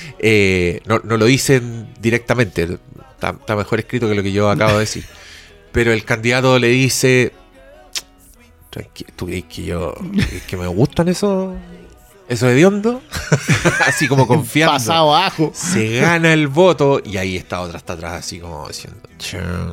No lo dicen directamente, está mejor escrito que lo que yo acabo de decir. Pero el candidato le dice... ¿Tú crees que me gustan esos hediondos? Así como confiando. Pasado ajo. Se gana el voto y ahí está otra hasta atrás, así como diciendo. Chun.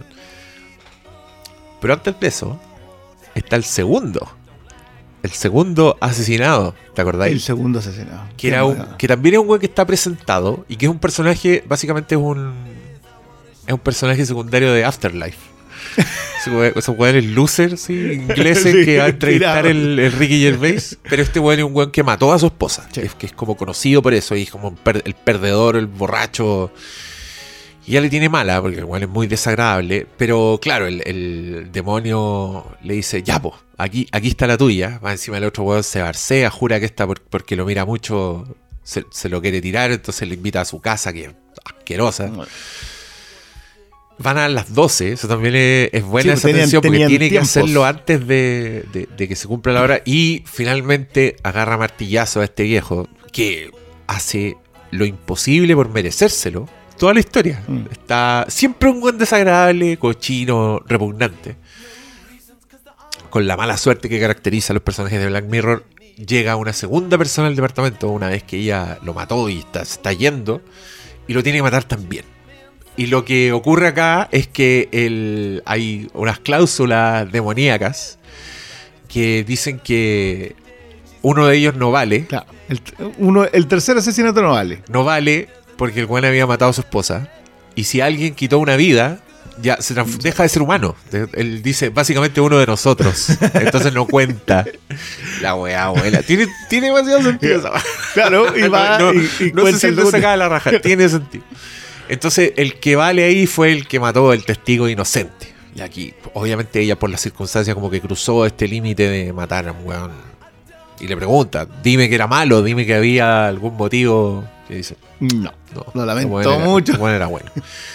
Pero antes de eso, está el segundo. El segundo asesinado, ¿te acordáis? El segundo asesinado. Que también es un güey que está presentado y que es un personaje, básicamente es un personaje secundario de Afterlife. Esos weones losers, ¿sí? Ingleses que va a entrevistar el Ricky Gervais. Pero este weón es un weón que mató a su esposa, sí. Que es como conocido por eso. Y es como el perdedor, el borracho. Y ya le tiene mala, porque el weón es muy desagradable. Pero claro, el demonio le dice: ya, po, aquí está la tuya. Va encima del otro weón, se barcea, jura que está porque lo mira mucho, se lo quiere tirar. Entonces le invita a su casa, que es asquerosa. Van a las 12, eso también es buena, esa atención, porque tiene que hacerlo antes de que se cumpla la hora. Y finalmente agarra martillazo a este viejo que hace lo imposible por merecérselo. Toda la historia. Está siempre un buen desagradable, cochino, repugnante. Con la mala suerte que caracteriza a los personajes de Black Mirror, llega una segunda persona al departamento una vez que ella lo mató y se está yendo, y lo tiene que matar también. Y lo que ocurre acá es que hay unas cláusulas demoníacas que dicen que uno de ellos no vale. Claro, el tercer asesinato no vale. No vale porque el güey había matado a su esposa. Y si alguien quitó una vida, ya deja de ser humano. Él dice, básicamente uno de nosotros. Entonces no cuenta. La weá, abuela. Tiene demasiado sentido esa. Claro, y va no se siente sacada la raja. Tiene sentido. Entonces el que vale ahí fue el que mató al testigo inocente. Y aquí, obviamente ella por las circunstancias como que cruzó este límite de matar a un weón. Y le pregunta, dime que era malo, dime que había algún motivo. Y dice, no, lo lamento mucho. El weón era bueno.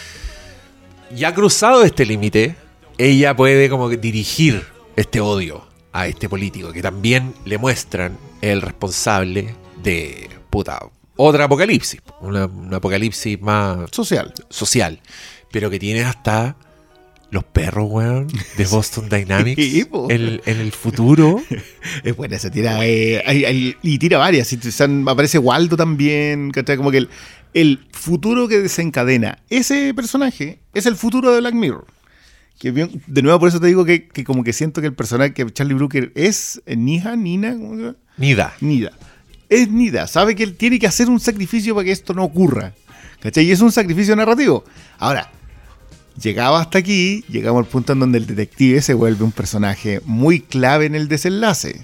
Ya cruzado este límite, ella puede como que dirigir este odio a este político, que también le muestran el responsable de otra apocalipsis, una apocalipsis más social, pero que tiene hasta los perros, weón, de Boston Dynamics en el futuro. Es buena, se tira y tira varias. Aparece Waldo también, ¿cachai? Como que el futuro que desencadena ese personaje es el futuro de Black Mirror. Que bien, de nuevo, por eso te digo que como que siento que el personaje que Charlie Brooker es Nida. Es Nida, sabe que él tiene que hacer un sacrificio para que esto no ocurra, ¿cachai? Y es un sacrificio narrativo. Ahora, Llegado hasta aquí, llegamos al punto en donde el detective se vuelve un personaje muy clave en el desenlace.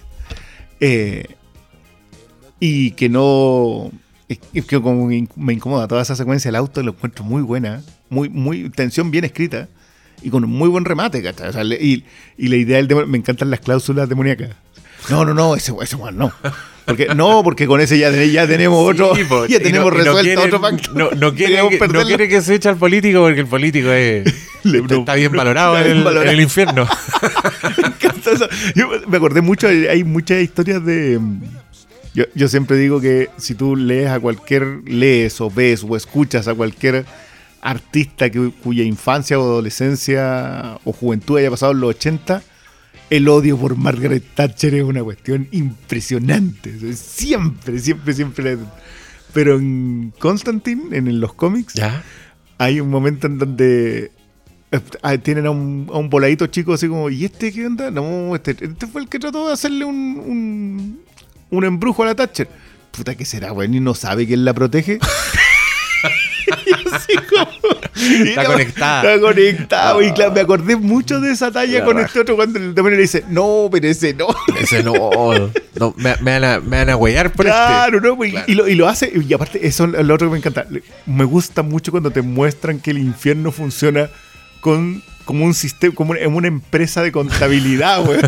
Y que no... Es que como me incomoda toda esa secuencia del auto, lo encuentro muy buena, muy tensión bien escrita y con un muy buen remate, ¿cachai? O sea, y la idea del demonio, me encantan las cláusulas demoníacas. No, ese Juan no. Porque con ese ya tenemos otro, ya tenemos resuelto otro pacto. No quiere que se eche al político porque el político está bien valorado en el infierno. Me encanta eso. Yo me acordé mucho, hay muchas historias de... Yo siempre digo que si tú lees o ves o escuchas a cualquier artista cuya infancia o adolescencia o juventud haya pasado en los 80, el odio por Margaret Thatcher es una cuestión impresionante. Siempre. Pero en Constantine, en los cómics, ¿ya? Hay un momento en donde tienen a un voladito chico así como, ¿y este qué onda? No, este fue el que trató de hacerle un embrujo a la Thatcher. Puta, ¿qué será, güey? ¿Y no sabe quién la protege? Está conectado. Y claro, me acordé mucho de esa talla con este otro cuando el demonio le dice, no, pero ese no. Ese no, me van a huellar por claro, ¿no? Claro. Y lo hace, y aparte, eso es lo otro que me encanta. Me gusta mucho cuando te muestran que el infierno funciona como un sistema, como una empresa de contabilidad, güey.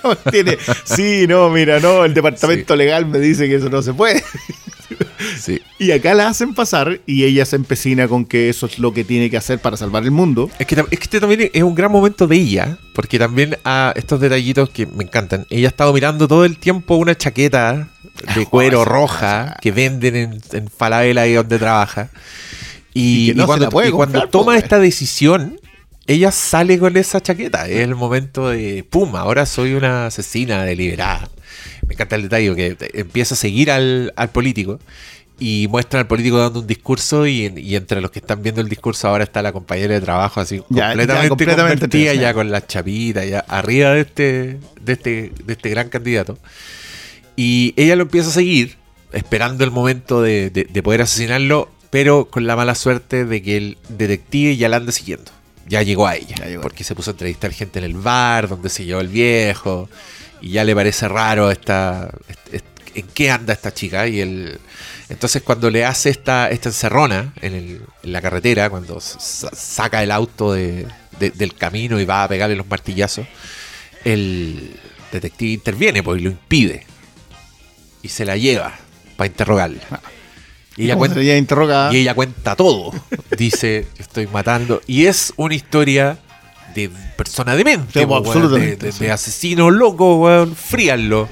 El departamento legal me dice que eso no se puede. Sí. Y acá la hacen pasar y ella se empecina con que eso es lo que tiene que hacer para salvar el mundo. Es que este también es un gran momento de ella, porque también estos detallitos que me encantan. Ella ha estado mirando todo el tiempo una chaqueta de cuero roja que venden en Falabella y donde trabaja. Y cuando toma esta decisión, ella sale con esa chaqueta. Es el momento de ¡pum! Ahora soy una asesina deliberada. Me encanta el detalle que empieza a seguir al político y muestra al político dando un discurso y entre los que están viendo el discurso ahora está la compañera de trabajo así completamente convertida ya con las chapitas ya arriba de este gran candidato, y ella lo empieza a seguir esperando el momento de poder asesinarlo, pero con la mala suerte de que el detective ya la anda siguiendo. Ya llegó a ella, porque se puso a entrevistar gente en el bar donde se llevó el viejo y ya le parece raro en qué anda esta chica. Entonces cuando le hace esta encerrona en la carretera, cuando saca el auto del camino y va a pegarle los martillazos, el detective interviene y lo impide y se la lleva para interrogarla. Y ella cuenta todo. Dice, estoy matando. Y es una historia de persona demente, de asesino loco, weón. Fríanlo.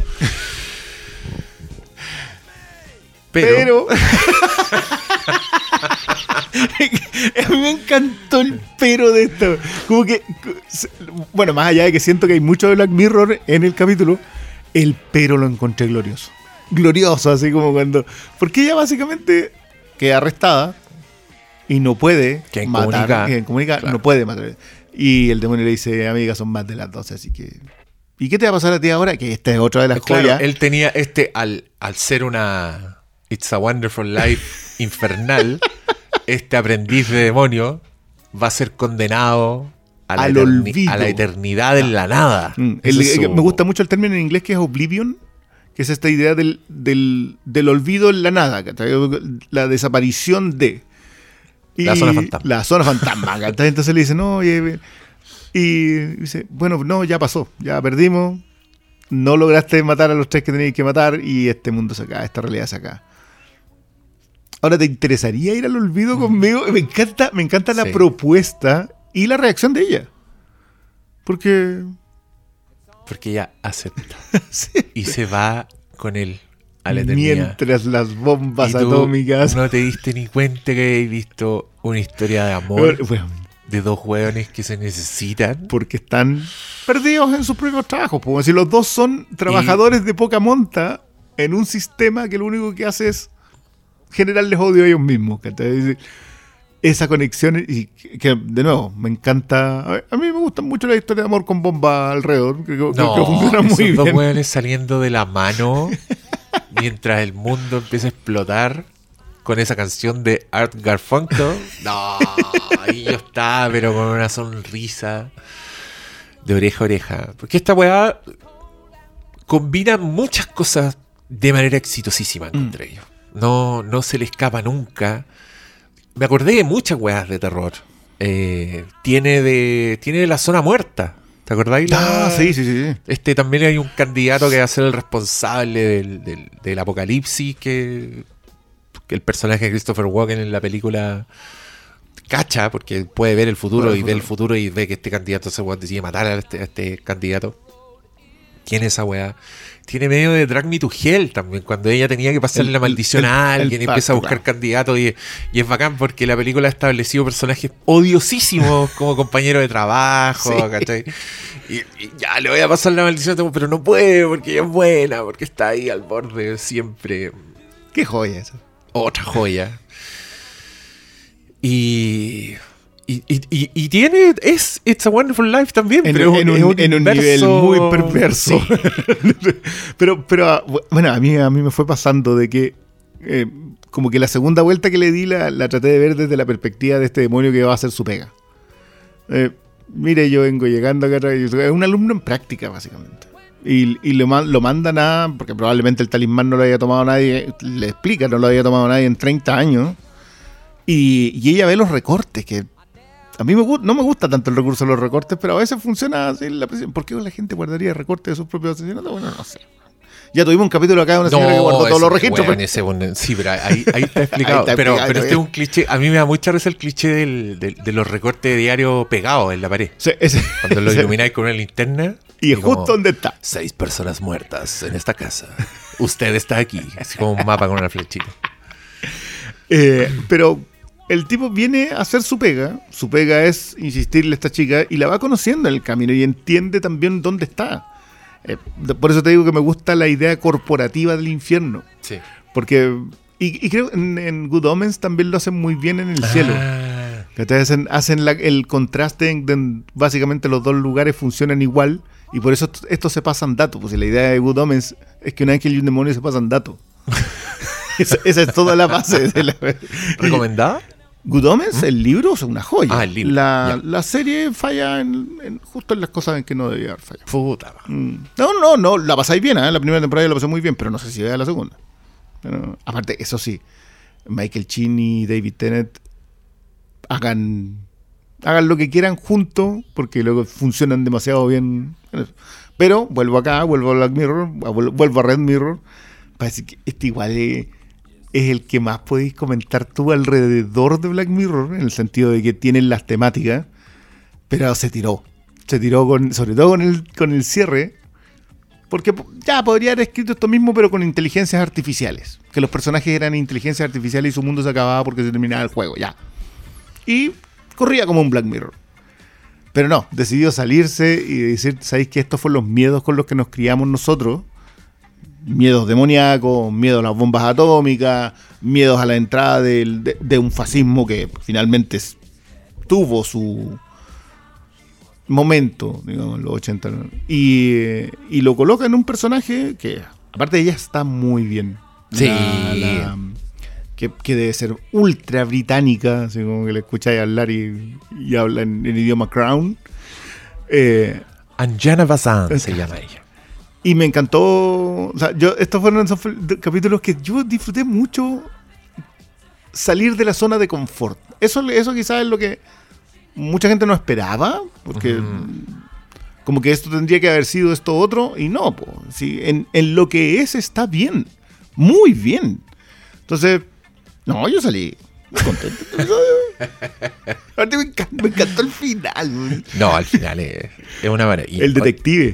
Pero a mí me encantó el pero de esto. Como que, bueno, más allá de que siento que hay mucho de Black Mirror en el capítulo, el pero lo encontré glorioso. Glorioso, así como cuando... Porque ella básicamente queda arrestada y no puede matar. Quien comunica, claro. No puede matar. Y el demonio le dice, amiga, son más de las 12, así que... ¿Y qué te va a pasar a ti ahora? Que esta es otra de las joyas. Claro, él tenía al ser una It's a Wonderful Life infernal, este aprendiz de demonio va a ser condenado a la eternidad en la nada. Me gusta mucho el término en inglés que es oblivion, que es esta idea del olvido en la nada, la desaparición de... La zona fantasma. La zona fantasma. Entonces le dice, no, y dice, bueno, no, ya pasó, ya perdimos, no lograste matar a los 3 que tenías que matar y este mundo se acaba, esta realidad se acaba. Ahora, ¿te interesaría ir al olvido conmigo? Me encanta la propuesta y la reacción de ella. Porque ella acepta. Sí. Y se va con él a la eternidad. Mientras las bombas atómicas... No te diste ni cuenta que has visto una historia de amor de dos hueones que se necesitan. Porque están perdidos en sus propios trabajos. Como si los dos son trabajadores de poca monta en un sistema que lo único que hace es generarles odio a ellos mismos. Esa conexión, y que de nuevo me encanta. A mí me gustan mucho las historias de amor con bomba alrededor, que funcionan muy bien. Dos hueones saliendo de la mano mientras el mundo empieza a explotar con esa canción de Art Garfunkel. No, ahí yo estaba, pero con una sonrisa de oreja a oreja. Porque esta weá combina muchas cosas de manera exitosísima, encontré yo. No se le escapa nunca. Me acordé de muchas weas de terror. Tiene de la zona muerta. ¿Te acordáis? Sí. También hay un candidato que va a ser el responsable del apocalipsis que el personaje de Christopher Walken en la película cacha, porque puede ver el futuro ve el futuro y ve que este candidato se decide matar a este candidato. Tiene esa weá. Tiene medio de Drag Me to Hell también, cuando ella tenía que pasarle la maldición a alguien y empieza a buscar candidatos y es bacán porque la película ha establecido personajes odiosísimos como compañeros de trabajo, ¿cachai? Y ya le voy a pasar la maldición, pero no puede porque ella es buena, porque está ahí al borde siempre. Qué joya esa. Otra joya. Y tiene It's a Wonderful Life también, pero en un nivel muy perverso. Sí. pero bueno, a mí me fue pasando de que como que la segunda vuelta que le di la traté de ver desde la perspectiva de este demonio que va a hacer su pega. Mire, yo vengo llegando acá, es un alumno en práctica básicamente. Y lo mandan porque probablemente el talismán no lo había tomado nadie, le explica, no lo había tomado nadie en 30 años. Y ella ve los recortes que... A mí no me gusta tanto el recurso de los recortes, pero a veces funciona así la presión. ¿Por qué la gente guardaría recortes de sus propios asesinatos? Bueno, no sé. Ya tuvimos un capítulo acá de una señora que guardó todos los registros. Sí, pero ahí está explicado. pero este es un cliché. A mí me da mucha risa el cliché de los recortes de diario pegados en la pared. Sí, cuando lo ilumináis con una linterna. Y justo donde está. 6 personas muertas en esta casa. Usted está aquí. Así como un mapa con una flechita. Pero... el tipo viene a hacer su pega. Su pega es insistirle a esta chica y la va conociendo en el camino y entiende también dónde está. Por eso te digo que me gusta la idea corporativa del infierno. Sí. Porque, y creo en Good Omens también lo hacen muy bien en el cielo. Que hacen el contraste en básicamente los dos lugares funcionan igual y por eso estos se pasan datos. Pues la idea de Good Omens es que un ángel y un demonio se pasan datos. Esa es toda la base de la... ¿Recomendada? Good Omens, el libro es una joya. El libro. La serie falla justo en las cosas en que no debía haber fallado. Puta. No, la pasáis bien, ¿eh? La primera temporada yo la pasé muy bien, pero no sé si vea la segunda. Pero, aparte, eso sí, Michael Sheen y David Tennant hagan lo que quieran juntos, porque luego funcionan demasiado bien. Pero vuelvo a Black Mirror, vuelvo a Red Mirror. Parece que igual es el que más podéis comentar tú alrededor de Black Mirror, en el sentido de que tienen las temáticas, pero se tiró sobre todo con el cierre, porque ya podría haber escrito esto mismo, pero con inteligencias artificiales, que los personajes eran inteligencias artificiales y su mundo se acababa porque se terminaba el juego, ya. Y corría como un Black Mirror. Pero no, decidió salirse y decir, ¿sabéis que estos fueron los miedos con los que nos criamos nosotros? Miedos demoníacos, miedos a las bombas atómicas, miedos a la entrada de un fascismo que finalmente tuvo su momento, digamos, en los 80. Y lo coloca en un personaje que, aparte de ella, está muy bien. Sí. Que debe ser ultra británica, así como que le escucháis hablar y habla en idioma Crown. Anjana Bazan se llama ella. Y me encantó, o sea, estos fueron esos capítulos que yo disfruté mucho, salir de la zona de confort. Eso quizás es lo que mucha gente no esperaba, porque como que esto tendría que haber sido esto otro, y no, sí, en lo que está bien, muy bien. Entonces, no, yo salí muy contento. Me encantó el final. No, al final es una maravilla. El detective.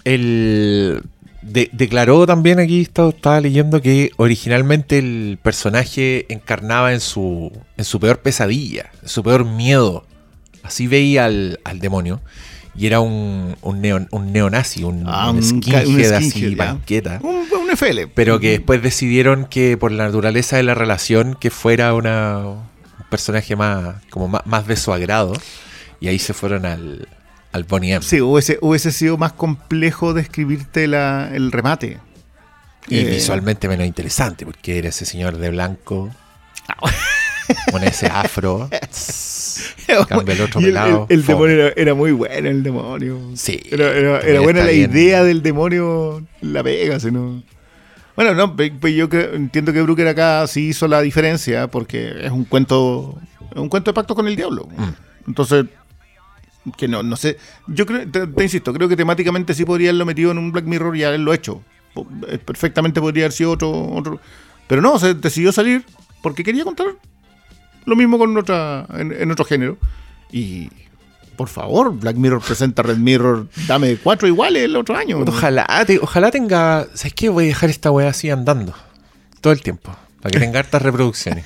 Declaró también, aquí estaba leyendo, que originalmente el personaje encarnaba en su peor pesadilla, en su peor miedo. Así veía al demonio. Y era un neonazi, un skinhead así, banqueta. Un FL. Pero que después decidieron que por la naturaleza de la relación que fuera un personaje más de su agrado. Y ahí se fueron al Bonnie M. Sí, hubiese sido más complejo describirte el remate. Y visualmente menos interesante, porque era ese señor de blanco. Con ese afro. Cambia el otro pelado. El demonio era muy bueno, el demonio. Sí. Era buena la idea del demonio, la pega, si no. Bueno, no, pues yo entiendo que Brooker acá sí hizo la diferencia, porque es un cuento de pacto con el diablo. Entonces, que no sé. Yo creo, te insisto, creo que temáticamente sí podría haberlo metido en un Black Mirror y haberlo hecho. Perfectamente podría haber sido otro. Pero no, se decidió salir porque quería contar lo mismo con en otro género. Y por favor, Black Mirror presenta Red Mirror, dame 4 iguales el otro año. Ojalá tenga. ¿Sabes qué? Voy a dejar esta weá así andando todo el tiempo. Para que tenga hartas reproducciones.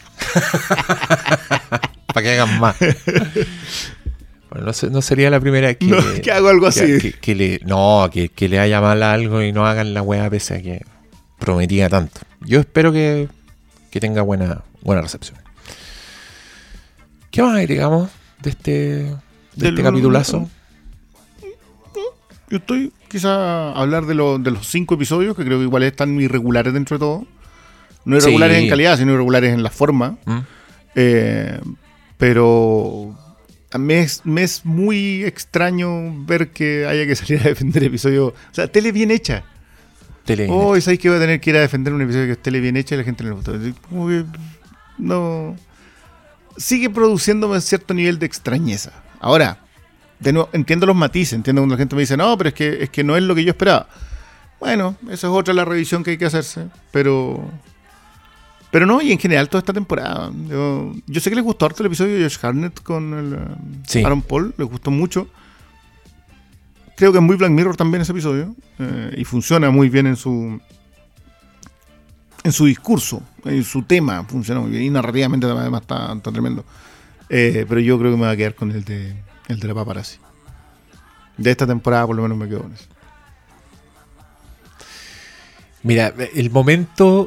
Para que hagan más. Bueno, no sería la primera vez que hago algo así. Que le haya mal algo y no hagan la weá pese a que prometía tanto. Yo espero que tenga buena recepción. ¿Qué más agregamos de este capitulazo? Yo estoy quizá a hablar de los 5 episodios, que creo que igual están irregulares dentro de todo. No irregulares en calidad, sino irregulares en la forma. Pero me es muy extraño ver que haya que salir a defender episodios. O sea, tele bien hecha. ¿Sabéis que voy a tener que ir a defender un episodio que es tele bien hecha y la gente no le gusta? Como que no. Sigue produciéndome cierto nivel de extrañeza. Ahora, de nuevo, entiendo los matices, entiendo cuando la gente me dice, no, pero es que no es lo que yo esperaba. Bueno, esa es otra la revisión que hay que hacerse, pero no, y en general toda esta temporada. Yo sé que les gustó harto el episodio de Josh Hartnett con Aaron Paul, les gustó mucho. Creo que es muy Black Mirror también ese episodio, y funciona muy bien en su discurso, en su tema, funciona muy bien, y narrativamente además está tremendo. Pero yo creo que me voy a quedar con el de la paparazzi. De esta temporada por lo menos me quedo con eso. Mira, el momento...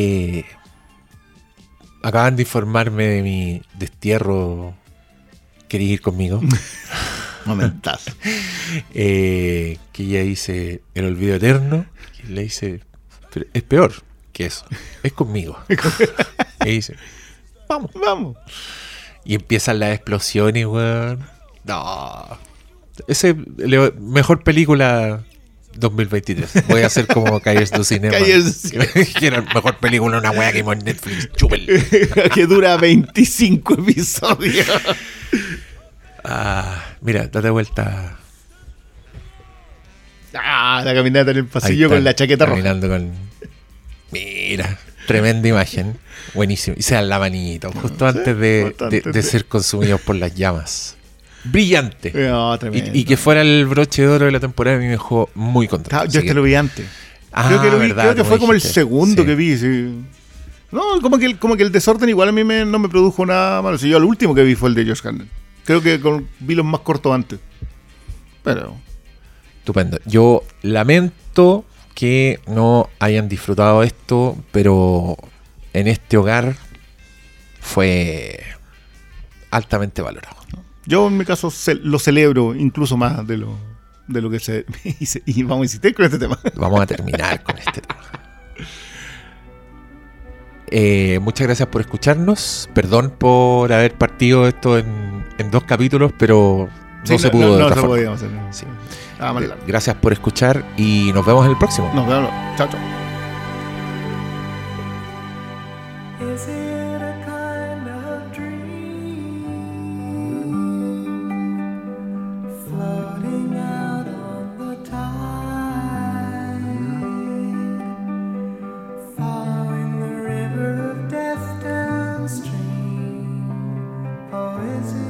acaban de informarme de mi destierro. ¿Querés ir conmigo? Momentazo. Que ella dice el olvido eterno. Y le dice, pero es peor que eso. Es conmigo. Y dice, vamos. Y empiezan las explosiones, weón. No. Mejor película 2023. Voy a hacer como Calles du Cinema. Que era mejor película, una weá que en Netflix. Chúpel. Que dura 25 episodios. Mira, date vuelta. La caminata en el pasillo con la chaqueta caminando roja. Mira, tremenda imagen. Buenísimo. Y se dan la manito justo antes de ser consumidos por las llamas. Brillante. Y que fuera el broche de oro de la temporada a mí me dejó muy contento. Yo lo vi antes. Creo que fue como el segundo que vi. Sí. No, como que el desorden igual a mí no me produjo nada malo. Yo el último que vi fue el de Josh Hartnett. Creo que vi los más cortos antes. Pero estupendo. Yo lamento que no hayan disfrutado esto, pero en este hogar fue altamente valorado. Yo en mi caso lo celebro incluso más de lo que se hice. Y vamos a insistir con este tema. Vamos a terminar con este tema. Muchas gracias por escucharnos. Perdón por haber partido esto en 2 capítulos, pero no se pudo de otra forma. Podíamos hacer. Sí. Gracias por escuchar y nos vemos en el próximo. Nos vemos. Chao. Is it